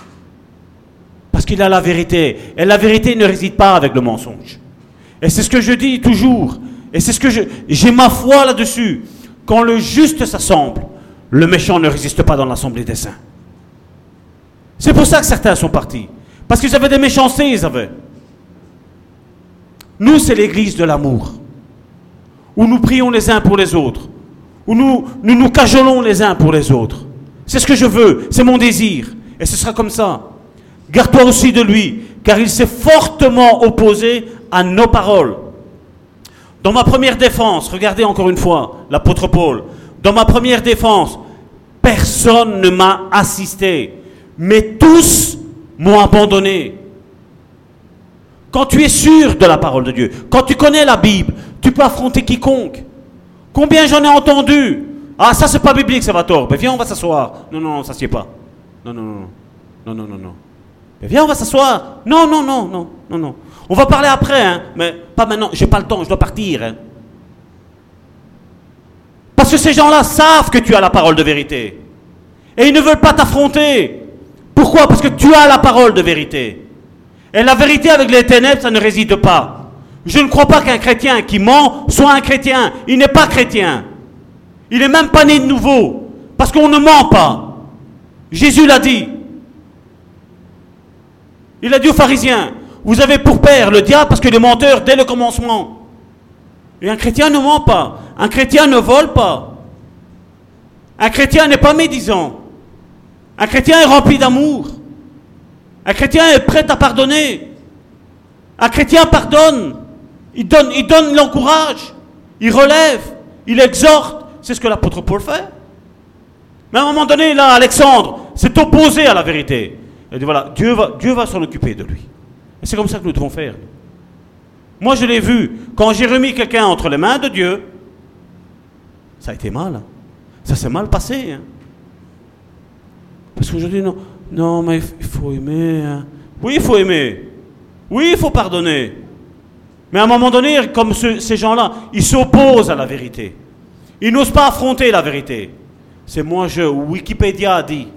Parce qu'il a la vérité. Et la vérité ne réside pas avec le mensonge. Et c'est ce que je dis toujours. Et c'est ce que j'ai ma foi là-dessus. Quand le juste s'assemble, le méchant ne résiste pas dans l'assemblée des saints. C'est pour ça que certains sont partis. Parce qu'ils avaient des méchancetés, ils avaient. Nous, c'est l'église de l'amour. Où nous prions les uns pour les autres. Où nous cajolons les uns pour les autres. C'est ce que je veux, c'est mon désir. Et ce sera comme ça. Garde-toi aussi de lui, car il s'est fortement opposé à nos paroles. Dans ma première défense, regardez encore une fois l'apôtre Paul. Dans ma première défense, personne ne m'a assisté, mais tous m'ont abandonné. Quand tu es sûr de la parole de Dieu, quand tu connais la Bible, tu peux affronter quiconque. Combien j'en ai entendu? Ah, ça c'est pas biblique, ça va tort. Ben viens, on va s'asseoir. Non, ça s'y est pas. Non. Ben viens, on va s'asseoir. Non. On va parler après, hein, mais pas maintenant. J'ai pas le temps, je dois partir. Hein. Parce que ces gens-là savent que tu as la parole de vérité. Et ils ne veulent pas t'affronter. Pourquoi? Parce que tu as la parole de vérité. Et la vérité avec les ténèbres, ça ne réside pas. Je ne crois pas qu'un chrétien qui ment soit un chrétien. Il n'est pas chrétien. Il n'est même pas né de nouveau. Parce qu'on ne ment pas. Jésus l'a dit. Il a dit aux pharisiens, vous avez pour père le diable parce qu'il est menteur dès le commencement. Et un chrétien ne ment pas. Un chrétien ne vole pas. Un chrétien n'est pas médisant. Un chrétien est rempli d'amour. Un chrétien est prêt à pardonner. Un chrétien pardonne. Il donne, il encourage. Il relève. Il exhorte. C'est ce que l'apôtre Paul fait. Mais à un moment donné, là, Alexandre s'est opposé à la vérité. Il dit voilà, Dieu va s'en occuper de lui. Et c'est comme ça que nous devons faire. Moi, je l'ai vu. Quand j'ai remis quelqu'un entre les mains de Dieu, ça a été mal. Hein. Ça s'est mal passé. Hein. Parce qu'aujourd'hui, non, mais il faut aimer. Hein. Oui, il faut aimer. Oui, il faut pardonner. Mais à un moment donné, comme ces gens-là, ils s'opposent à la vérité. Ils n'osent pas affronter la vérité. C'est moi, Wikipédia a dit.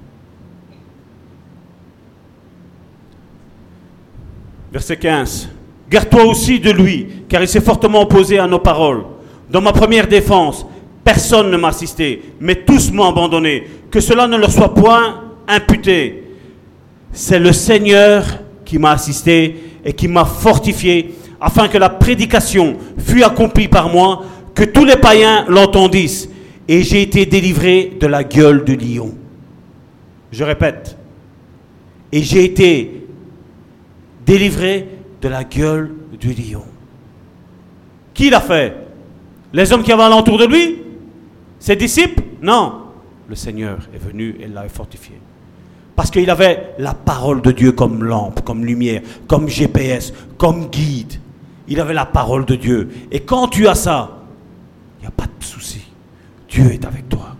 Verset 15. Garde-toi aussi de lui, car il s'est fortement opposé à nos paroles. Dans ma première défense, personne ne m'a assisté, mais tous m'ont abandonné. Que cela ne leur soit point imputé. C'est le Seigneur qui m'a assisté et qui m'a fortifié, afin que la prédication fût accomplie par moi, que tous les païens l'entendissent. Et j'ai été délivré de la gueule du lion. Je répète. Et j'ai été délivré de la gueule du lion. Qui l'a fait? Les hommes qui avaient alentour de lui? Ses disciples? Non. Le Seigneur est venu et l'a fortifié. Parce qu'il avait la parole de Dieu comme lampe, comme lumière, comme GPS, comme guide. Il avait la parole de Dieu. Et quand tu as ça, il n'y a pas de souci. Dieu est avec toi.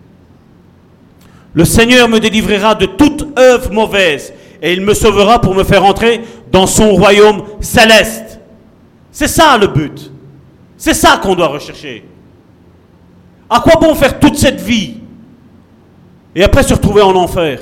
Le Seigneur me délivrera de toute œuvre mauvaise et il me sauvera pour me faire entrer dans son royaume céleste. C'est ça le but. C'est ça qu'on doit rechercher. À quoi bon faire toute cette vie et après se retrouver en enfer?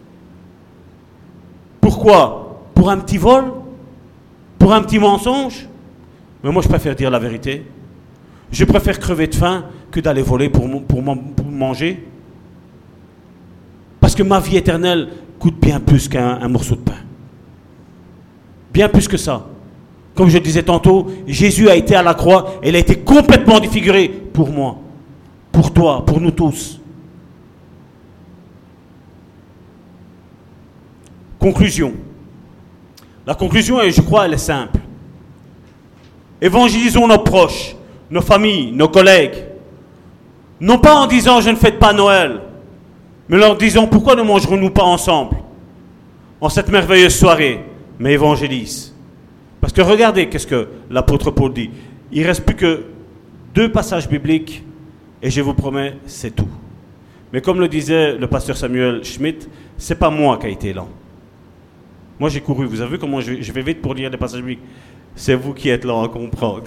Pourquoi? Pour un petit vol? Pour un petit mensonge? Mais moi je préfère dire la vérité. Je préfère crever de faim que d'aller voler pour manger. Parce que ma vie éternelle coûte bien plus qu'un morceau de pain. Bien plus que ça. Comme je le disais tantôt, Jésus a été à la croix et il a été complètement défiguré pour moi, pour toi, pour nous tous. Conclusion. La conclusion, je crois, elle est simple. Évangélisons nos proches, nos familles, nos collègues. Non pas en disant « je ne fête pas Noël », mais leur disant « pourquoi ne mangerons-nous pas ensemble en cette merveilleuse soirée ?» Mais évangélise. Parce que regardez qu'est-ce que l'apôtre Paul dit. Il ne reste plus que 2 passages bibliques et je vous promets, c'est tout. Mais comme le disait le pasteur Samuel Schmitt, c'est pas moi qui ai été lent. Moi j'ai couru, vous avez vu comment je vais vite pour lire les passages bibliques. C'est vous qui êtes lent à comprendre.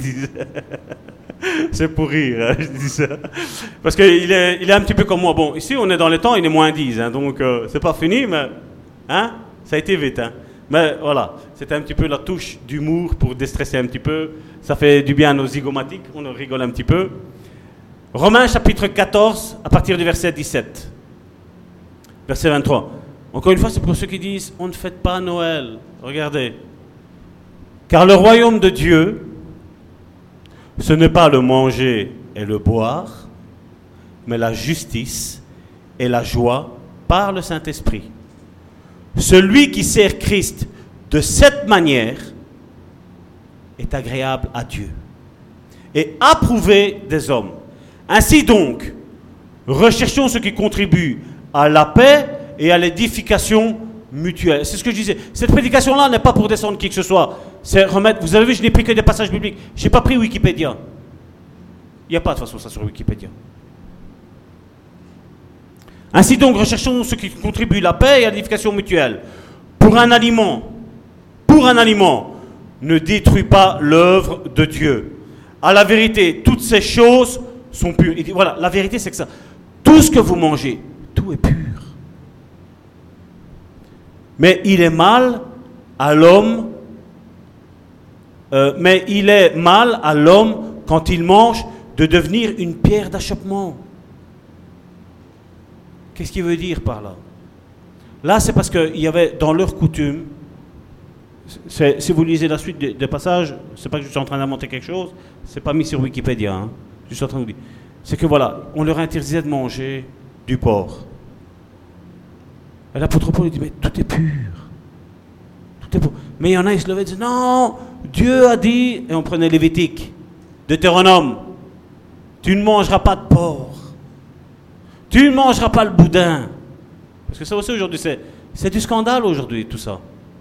C'est pour rire, hein, je dis ça. Parce qu'il est un petit peu comme moi. Bon, ici on est dans les temps, il est moins 10, hein, donc c'est pas fini, mais hein, ça a été vite. Hein. Mais voilà, c'était un petit peu la touche d'humour pour déstresser un petit peu. Ça fait du bien à nos zygomatiques, on rigole un petit peu. Romains chapitre 14, à partir du verset 17. Verset 23. Encore une fois, c'est pour ceux qui disent « on ne fête pas Noël ». Regardez. « Car le royaume de Dieu, ce n'est pas le manger et le boire, mais la justice et la joie par le Saint-Esprit. Celui qui sert Christ de cette manière est agréable à Dieu et approuvé des hommes. Ainsi donc, recherchons ce qui contribue à la paix et à l'édification mutuelle. » C'est ce que je disais. Cette prédication-là n'est pas pour descendre qui que ce soit. C'est remettre. Vous avez vu, je n'ai pris que des passages bibliques. Je n'ai pas pris Wikipédia. Il n'y a pas de façon ça sur Wikipédia. Ainsi donc, recherchons ce qui contribue à la paix et à l'édification mutuelle. Pour un aliment, ne détruis pas l'œuvre de Dieu. À la vérité, toutes ces choses sont pures. Il dit, voilà, la vérité c'est que ça. Tout ce que vous mangez, tout est pur. Mais il est mal à l'homme, quand il mange de devenir une pierre d'achoppement. Qu'est-ce qu'il veut dire par là? Là, c'est parce qu'il y avait dans leur coutume, si vous lisez la suite des passages, c'est pas que je suis en train d'inventer quelque chose, c'est pas mis sur Wikipédia, hein, je suis en train de vous dire. C'est que voilà, on leur interdisait de manger du porc. Et l'apôtre Paul dit, mais tout est pur. Tout est pur. Mais il y en a, ils se levaient et disaient, non, Dieu a dit, et on prenait Lévitique, Deutéronome, tu ne mangeras pas de porc. Tu ne mangeras pas le boudin. Parce que ça aussi aujourd'hui, c'est du scandale aujourd'hui, tout ça.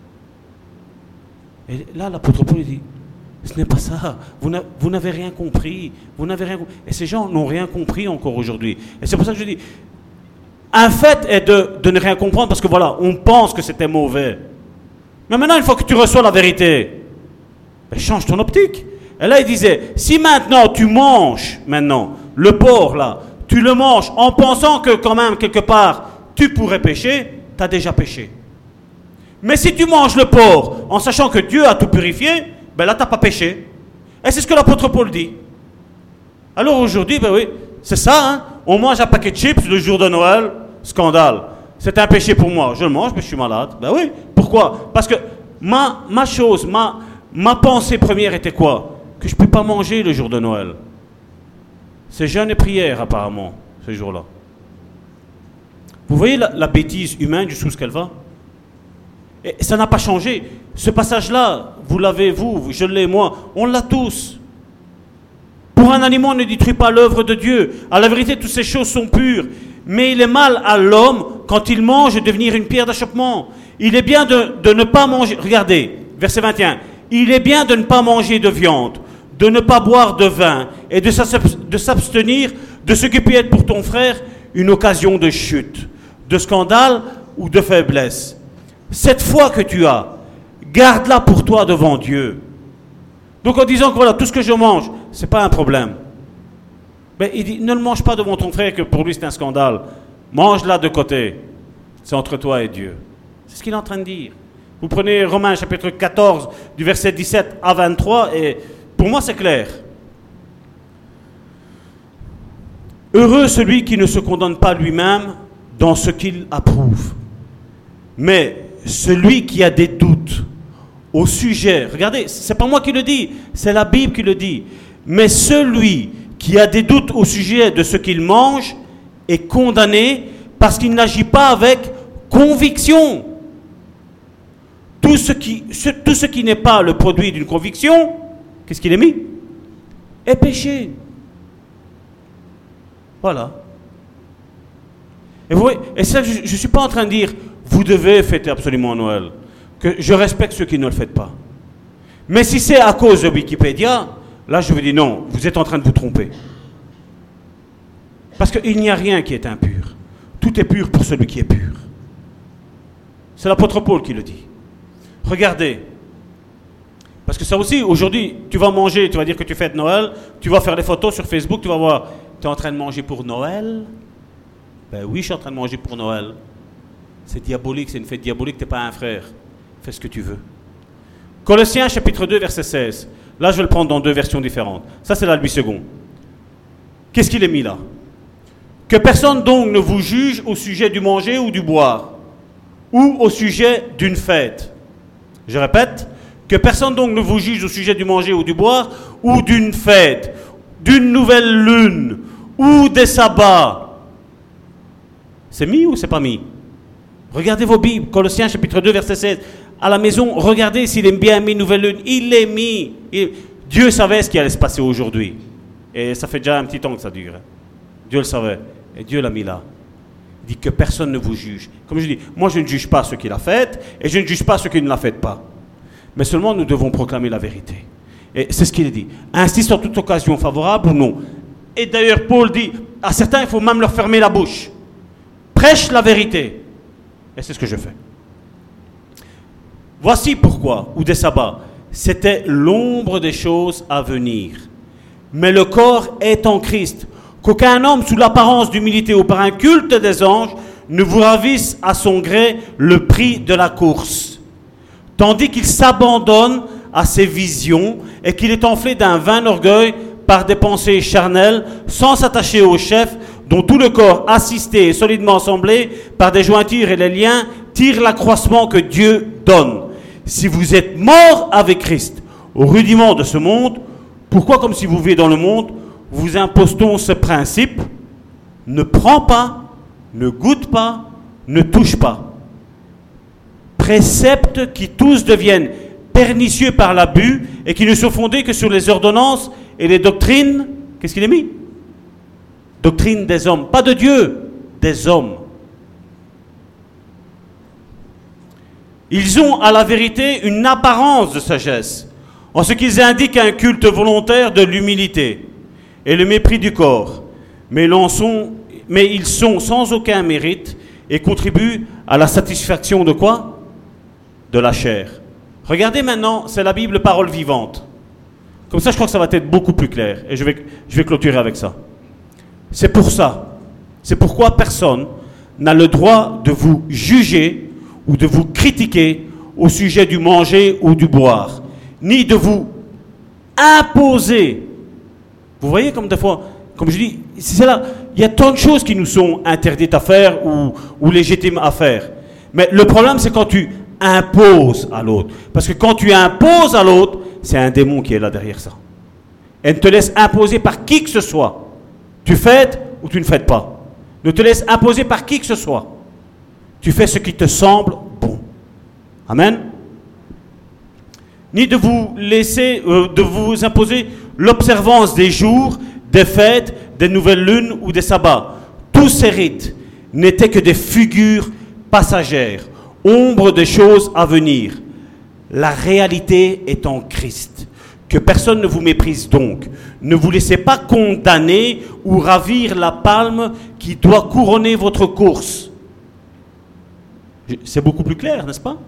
Et là, l'apôtre Paul dit, ce n'est pas ça. Vous n'avez rien compris. Et ces gens n'ont rien compris encore aujourd'hui. Et c'est pour ça que je dis, un fait est de ne rien comprendre parce que voilà, on pense que c'était mauvais. Mais maintenant, une fois que tu reçois la vérité, ben, change ton optique. Et là, il disait, si maintenant tu manges, le porc là, tu le manges en pensant que quand même, quelque part, tu pourrais pécher, tu as déjà péché. Mais si tu manges le porc en sachant que Dieu a tout purifié, ben là, tu n'as pas péché. Et c'est ce que l'apôtre Paul dit. Alors aujourd'hui, ben oui, c'est ça, hein, on mange un paquet de chips le jour de Noël, scandale. C'est un péché pour moi, je le mange, mais je suis malade. Ben oui, pourquoi? Parce que ma pensée première était quoi? Que je ne peux pas manger le jour de Noël. C'est jeûne et prière, apparemment, ce jour-là. Vous voyez la bêtise humaine jusqu'où ce qu'elle va? Et ça n'a pas changé. Ce passage-là, vous l'avez, vous, je l'ai, moi, on l'a tous. Pour un aliment, ne détruis pas l'œuvre de Dieu. À la vérité, toutes ces choses sont pures. mais il est mal à l'homme quand il mange de devenir une pierre d'achoppement. Il est bien de ne pas manger, regardez, verset 21, il est bien de ne pas manger de viande, de ne pas boire de vin et de s'abstenir de ce qui peut être pour ton frère une occasion de chute, de scandale ou de faiblesse. Cette foi que tu as, garde-la pour toi devant Dieu. Donc en disant que voilà, tout ce que je mange, ce n'est pas un problème. Mais il dit, ne le mange pas devant ton frère que pour lui c'est un scandale. Mange-la de côté. C'est entre toi et Dieu. C'est ce qu'il est en train de dire. Vous prenez Romains chapitre 14 du verset 17 à 23 et pour moi c'est clair. Heureux celui qui ne se condamne pas lui-même dans ce qu'il approuve. Mais celui qui a des doutes au sujet, regardez, c'est pas moi qui le dis, c'est la Bible qui le dit. Mais celui qui a des doutes au sujet de ce qu'il mange est condamné parce qu'il n'agit pas avec conviction. Tout ce qui n'est pas le produit d'une conviction, qu'est-ce qu'il est mis? Est péché. Voilà. Et vous voyez, et ça, je ne suis pas en train de dire, vous devez fêter absolument Noël. Que je respecte ceux qui ne le fêtent pas. Mais si c'est à cause de Wikipédia, là je vous dis non, vous êtes en train de vous tromper. Parce qu'il n'y a rien qui est impur. Tout est pur pour celui qui est pur. C'est l'apôtre Paul qui le dit. Regardez. Parce que ça aussi, aujourd'hui, tu vas manger, tu vas dire que tu fêtes Noël, tu vas faire des photos sur Facebook, tu vas voir, tu es en train de manger pour Noël? Ben oui, je suis en train de manger pour Noël. C'est diabolique, c'est une fête diabolique, tu n'es pas un frère. Fais ce que tu veux. Colossiens chapitre 2, verset 16. Là, je vais le prendre dans deux versions différentes. Ça, c'est la 8 secondes. Qu'est-ce qu'il est mis là? Que personne donc ne vous juge au sujet du manger ou du boire, ou au sujet d'une fête. Je répète, que personne donc ne vous juge au sujet du manger ou du boire, ou d'une fête, d'une nouvelle lune, ou des sabbats. C'est mis ou c'est pas mis? Regardez vos Bibles, Colossiens chapitre 2, verset 16. À la maison, regardez s'il est bien mis nouvelle lune. Il est mis. Dieu savait ce qui allait se passer aujourd'hui. Et ça fait déjà un petit temps que ça dure. Dieu le savait. Et Dieu l'a mis là. Il dit que personne ne vous juge. Comme je dis, moi je ne juge pas ceux qui la fêtent et je ne juge pas ceux qui ne la fêtent pas. Mais seulement nous devons proclamer la vérité. Et c'est ce qu'il dit. Insiste en toute occasion favorable ou non. Et d'ailleurs, Paul dit, à certains, il faut même leur fermer la bouche. Prêche la vérité. Et c'est ce que je fais. Voici pourquoi, ou des sabbats, c'était l'ombre des choses à venir. Mais le corps est en Christ. Qu'aucun homme, sous l'apparence d'humilité ou par un culte des anges, ne vous ravisse à son gré le prix de la course. Tandis qu'il s'abandonne à ses visions et qu'il est enflé d'un vain orgueil par des pensées charnelles, sans s'attacher au chef, dont tout le corps, assisté et solidement assemblé par des jointures et les liens, tire l'accroissement que Dieu donne. Si vous êtes morts avec Christ au rudiment de ce monde, pourquoi, comme si vous viviez dans le monde, vous impose-t-on ce principe? Ne prends pas, ne goûte pas, ne touche pas. Préceptes qui tous deviennent pernicieux par l'abus et qui ne sont fondés que sur les ordonnances et les doctrines. Qu'est-ce qu'il est mis? Doctrine des hommes, pas de Dieu, des hommes. Ils ont à la vérité une apparence de sagesse, en ce qu'ils indiquent un culte volontaire de l'humilité et le mépris du corps, mais ils sont sans aucun mérite et contribuent à la satisfaction de quoi? De la chair. Regardez maintenant, c'est la Bible, parole vivante. Comme ça, je crois que ça va être beaucoup plus clair, et je vais clôturer avec ça. C'est pour ça, c'est pourquoi personne n'a le droit de vous juger ou de vous critiquer au sujet du manger ou du boire, ni de vous imposer. Vous voyez comme des fois, comme je dis, c'est là, il y a tant de choses qui nous sont interdites à faire ou légitimes à faire. Mais le problème, c'est quand tu imposes à l'autre. Parce que quand tu imposes à l'autre, c'est un démon qui est là derrière ça. Elle ne te laisse imposer par qui que ce soit. Tu fêtes ou tu ne fêtes pas. Ne te laisse imposer par qui que ce soit. Tu fais ce qui te semble bon. Amen. Ni de vous laisser, de vous imposer l'observance des jours, des fêtes, des nouvelles lunes ou des sabbats. Tous ces rites n'étaient que des figures passagères, ombres des choses à venir. La réalité est en Christ. Que personne ne vous méprise donc. Ne vous laissez pas condamner ou ravir la palme qui doit couronner votre course. C'est beaucoup plus clair, n'est-ce pas?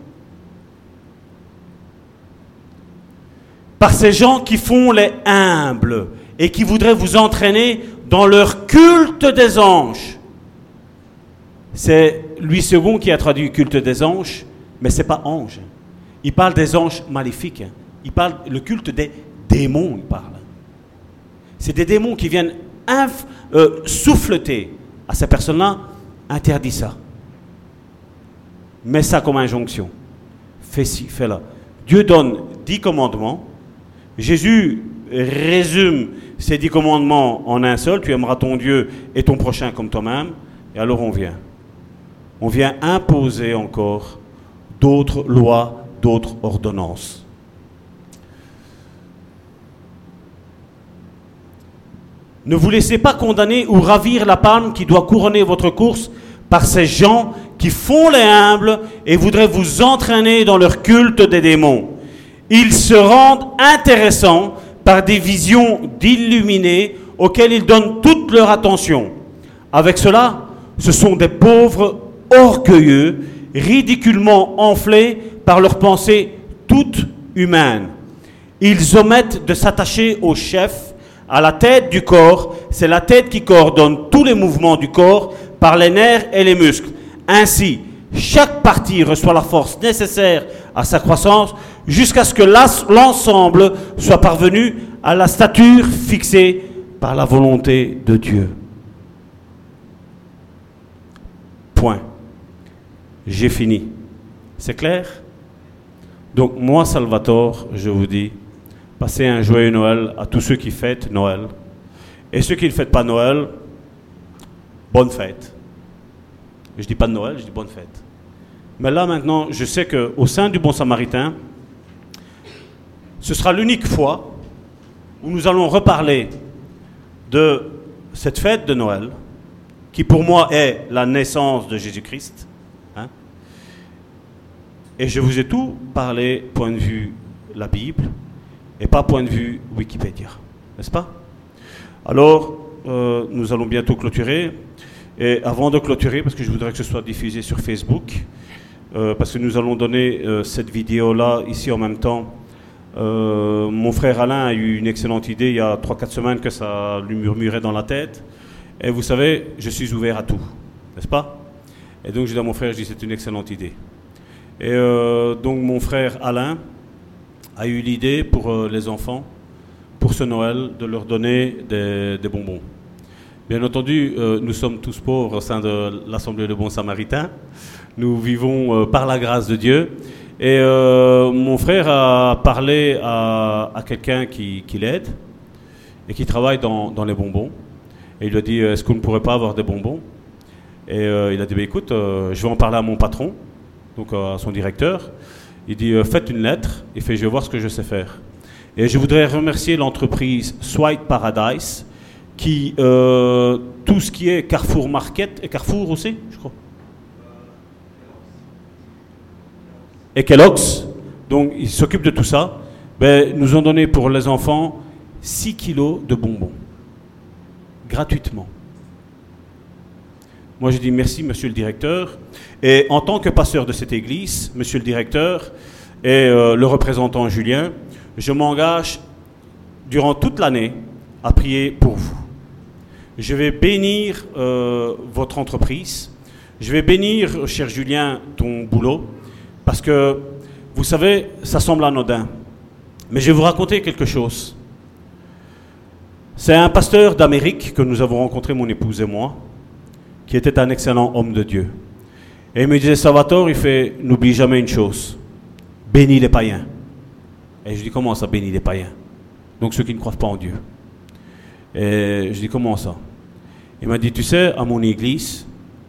Par ces gens qui font les humbles et qui voudraient vous entraîner dans leur culte des anges. C'est Louis II qui a traduit culte des anges, mais ce n'est pas ange. Il parle des anges maléfiques. Il parle le culte des démons, il parle. C'est des démons qui viennent souffleter à ces personnes-là. Interdit ça. Mets ça comme injonction. Fais ci, fais là. Dieu donne 10 commandements. Jésus résume ces 10 commandements en un seul. Tu aimeras ton Dieu et ton prochain comme toi-même. Et alors on vient. On vient imposer encore d'autres lois, d'autres ordonnances. Ne vous laissez pas condamner ou ravir la palme qui doit couronner votre course par ces gens qui font les humbles et voudraient vous entraîner dans leur culte des démons. Ils se rendent intéressants par des visions d'illuminés auxquelles ils donnent toute leur attention. Avec cela, ce sont des pauvres orgueilleux, ridiculement enflés par leurs pensées toutes humaines. Ils omettent de s'attacher au chef, à la tête du corps. C'est la tête qui coordonne tous les mouvements du corps par les nerfs et les muscles. Ainsi, chaque partie reçoit la force nécessaire à sa croissance jusqu'à ce que l'ensemble soit parvenu à la stature fixée par la volonté de Dieu. Point. J'ai fini. C'est clair? Donc moi, Salvatore, je vous dis, passez un joyeux Noël à tous ceux qui fêtent Noël. Et ceux qui ne fêtent pas Noël, bonne fête. Je ne dis pas de Noël, je dis bonne fête. Mais là maintenant, je sais qu'au sein du Bon Samaritain, ce sera l'unique fois où nous allons reparler de cette fête de Noël, qui pour moi est la naissance de Jésus-Christ. Hein? Et je vous ai tout parlé point de vue la Bible, et pas point de vue Wikipédia, n'est-ce pas? Alors, nous allons bientôt clôturer. Et avant de clôturer, parce que je voudrais que ce soit diffusé sur Facebook, parce que nous allons donner cette vidéo-là ici en même temps. Mon frère Alain a eu une excellente idée il y a 3-4 semaines que ça lui murmurait dans la tête. Et vous savez, je suis ouvert à tout, n'est-ce pas? Et donc je dis à mon frère, je dis c'est une excellente idée. Et donc mon frère Alain a eu l'idée pour les enfants, pour ce Noël, de leur donner des bonbons. Bien entendu, nous sommes tous pauvres au sein de l'Assemblée de Bon Samaritain. Nous vivons par la grâce de Dieu. Et mon frère a parlé à quelqu'un qui l'aide et qui travaille dans les bonbons. Et il lui a dit, est-ce qu'on ne pourrait pas avoir des bonbons? Et il a dit, écoute, je vais en parler à mon patron, donc à son directeur. Il dit, faites une lettre. Il fait, je vais voir ce que je sais faire. Et je voudrais remercier l'entreprise Swipe Paradise, qui, tout ce qui est Carrefour Market, et Carrefour aussi, je crois. Et Kellogg's, donc ils s'occupent de tout ça, nous ont donné pour les enfants 6 kilos de bonbons, gratuitement. Moi je dis merci monsieur le directeur, et en tant que pasteur de cette église, monsieur le directeur et le représentant Julien, je m'engage durant toute l'année à prier pour vous. Je vais bénir votre entreprise, je vais bénir, cher Julien, ton boulot, parce que, vous savez, ça semble anodin. Mais je vais vous raconter quelque chose. C'est un pasteur d'Amérique que nous avons rencontré, mon épouse et moi, qui était un excellent homme de Dieu. Et il me disait, Salvatore, il fait, n'oublie jamais une chose, bénis les païens. Et je dis, comment ça, bénis les païens? Donc ceux qui ne croient pas en Dieu. Et je dis, comment ça? Il m'a dit, tu sais, à mon église,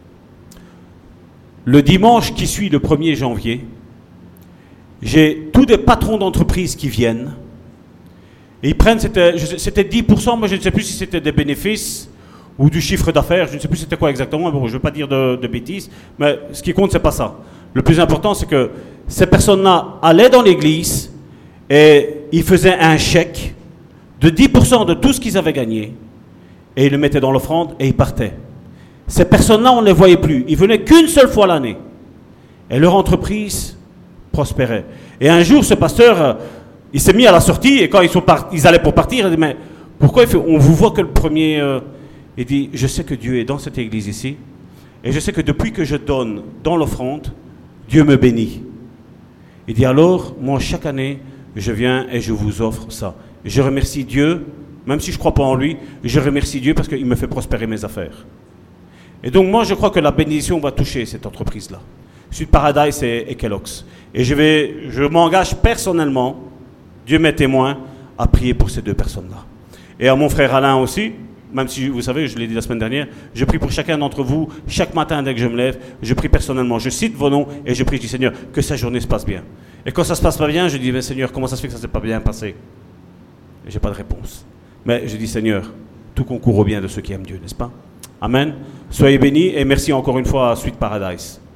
le dimanche qui suit le 1er janvier, j'ai tous des patrons d'entreprise qui viennent. Et ils prennent, c'était 10%, moi je ne sais plus si c'était des bénéfices ou du chiffre d'affaires, je ne sais plus c'était quoi exactement, bon, je ne veux pas dire de bêtises, mais ce qui compte, c'est pas ça. Le plus important, c'est que ces personnes-là allaient dans l'église et ils faisaient un chèque de 10% de tout ce qu'ils avaient gagné et ils le mettaient dans l'offrande et ils partaient. Ces personnes-là, on ne les voyait plus. Ils venaient qu'une seule fois l'année. Et leur entreprise prospérait. Et un jour, ce pasteur, il s'est mis à la sortie et quand ils allaient pour partir, il dit, mais pourquoi on vous voit que le premier... il dit, je sais que Dieu est dans cette église ici et je sais que depuis que je donne dans l'offrande, Dieu me bénit. Il dit, alors, moi, chaque année, je viens et je vous offre ça. Je remercie Dieu, même si je ne crois pas en lui, je remercie Dieu parce qu'il me fait prospérer mes affaires. Et donc, moi, je crois que la bénédiction va toucher cette entreprise-là. Sud Paradise et Kellogg's. Et je m'engage personnellement, Dieu m'est témoin, à prier pour ces deux personnes-là. Et à mon frère Alain aussi, même si vous savez, je l'ai dit la semaine dernière, je prie pour chacun d'entre vous, chaque matin dès que je me lève, je prie personnellement, je cite vos noms et je prie, je dis Seigneur, que sa journée se passe bien. Et quand ça se passe pas bien, je dis, mais Seigneur, comment ça se fait que ça ne s'est pas bien passé? Et j'ai pas de réponse. Mais je dis, Seigneur, tout concourt au bien de ceux qui aiment Dieu, n'est-ce pas? Amen. Soyez bénis et merci encore une fois à Sweet Paradise.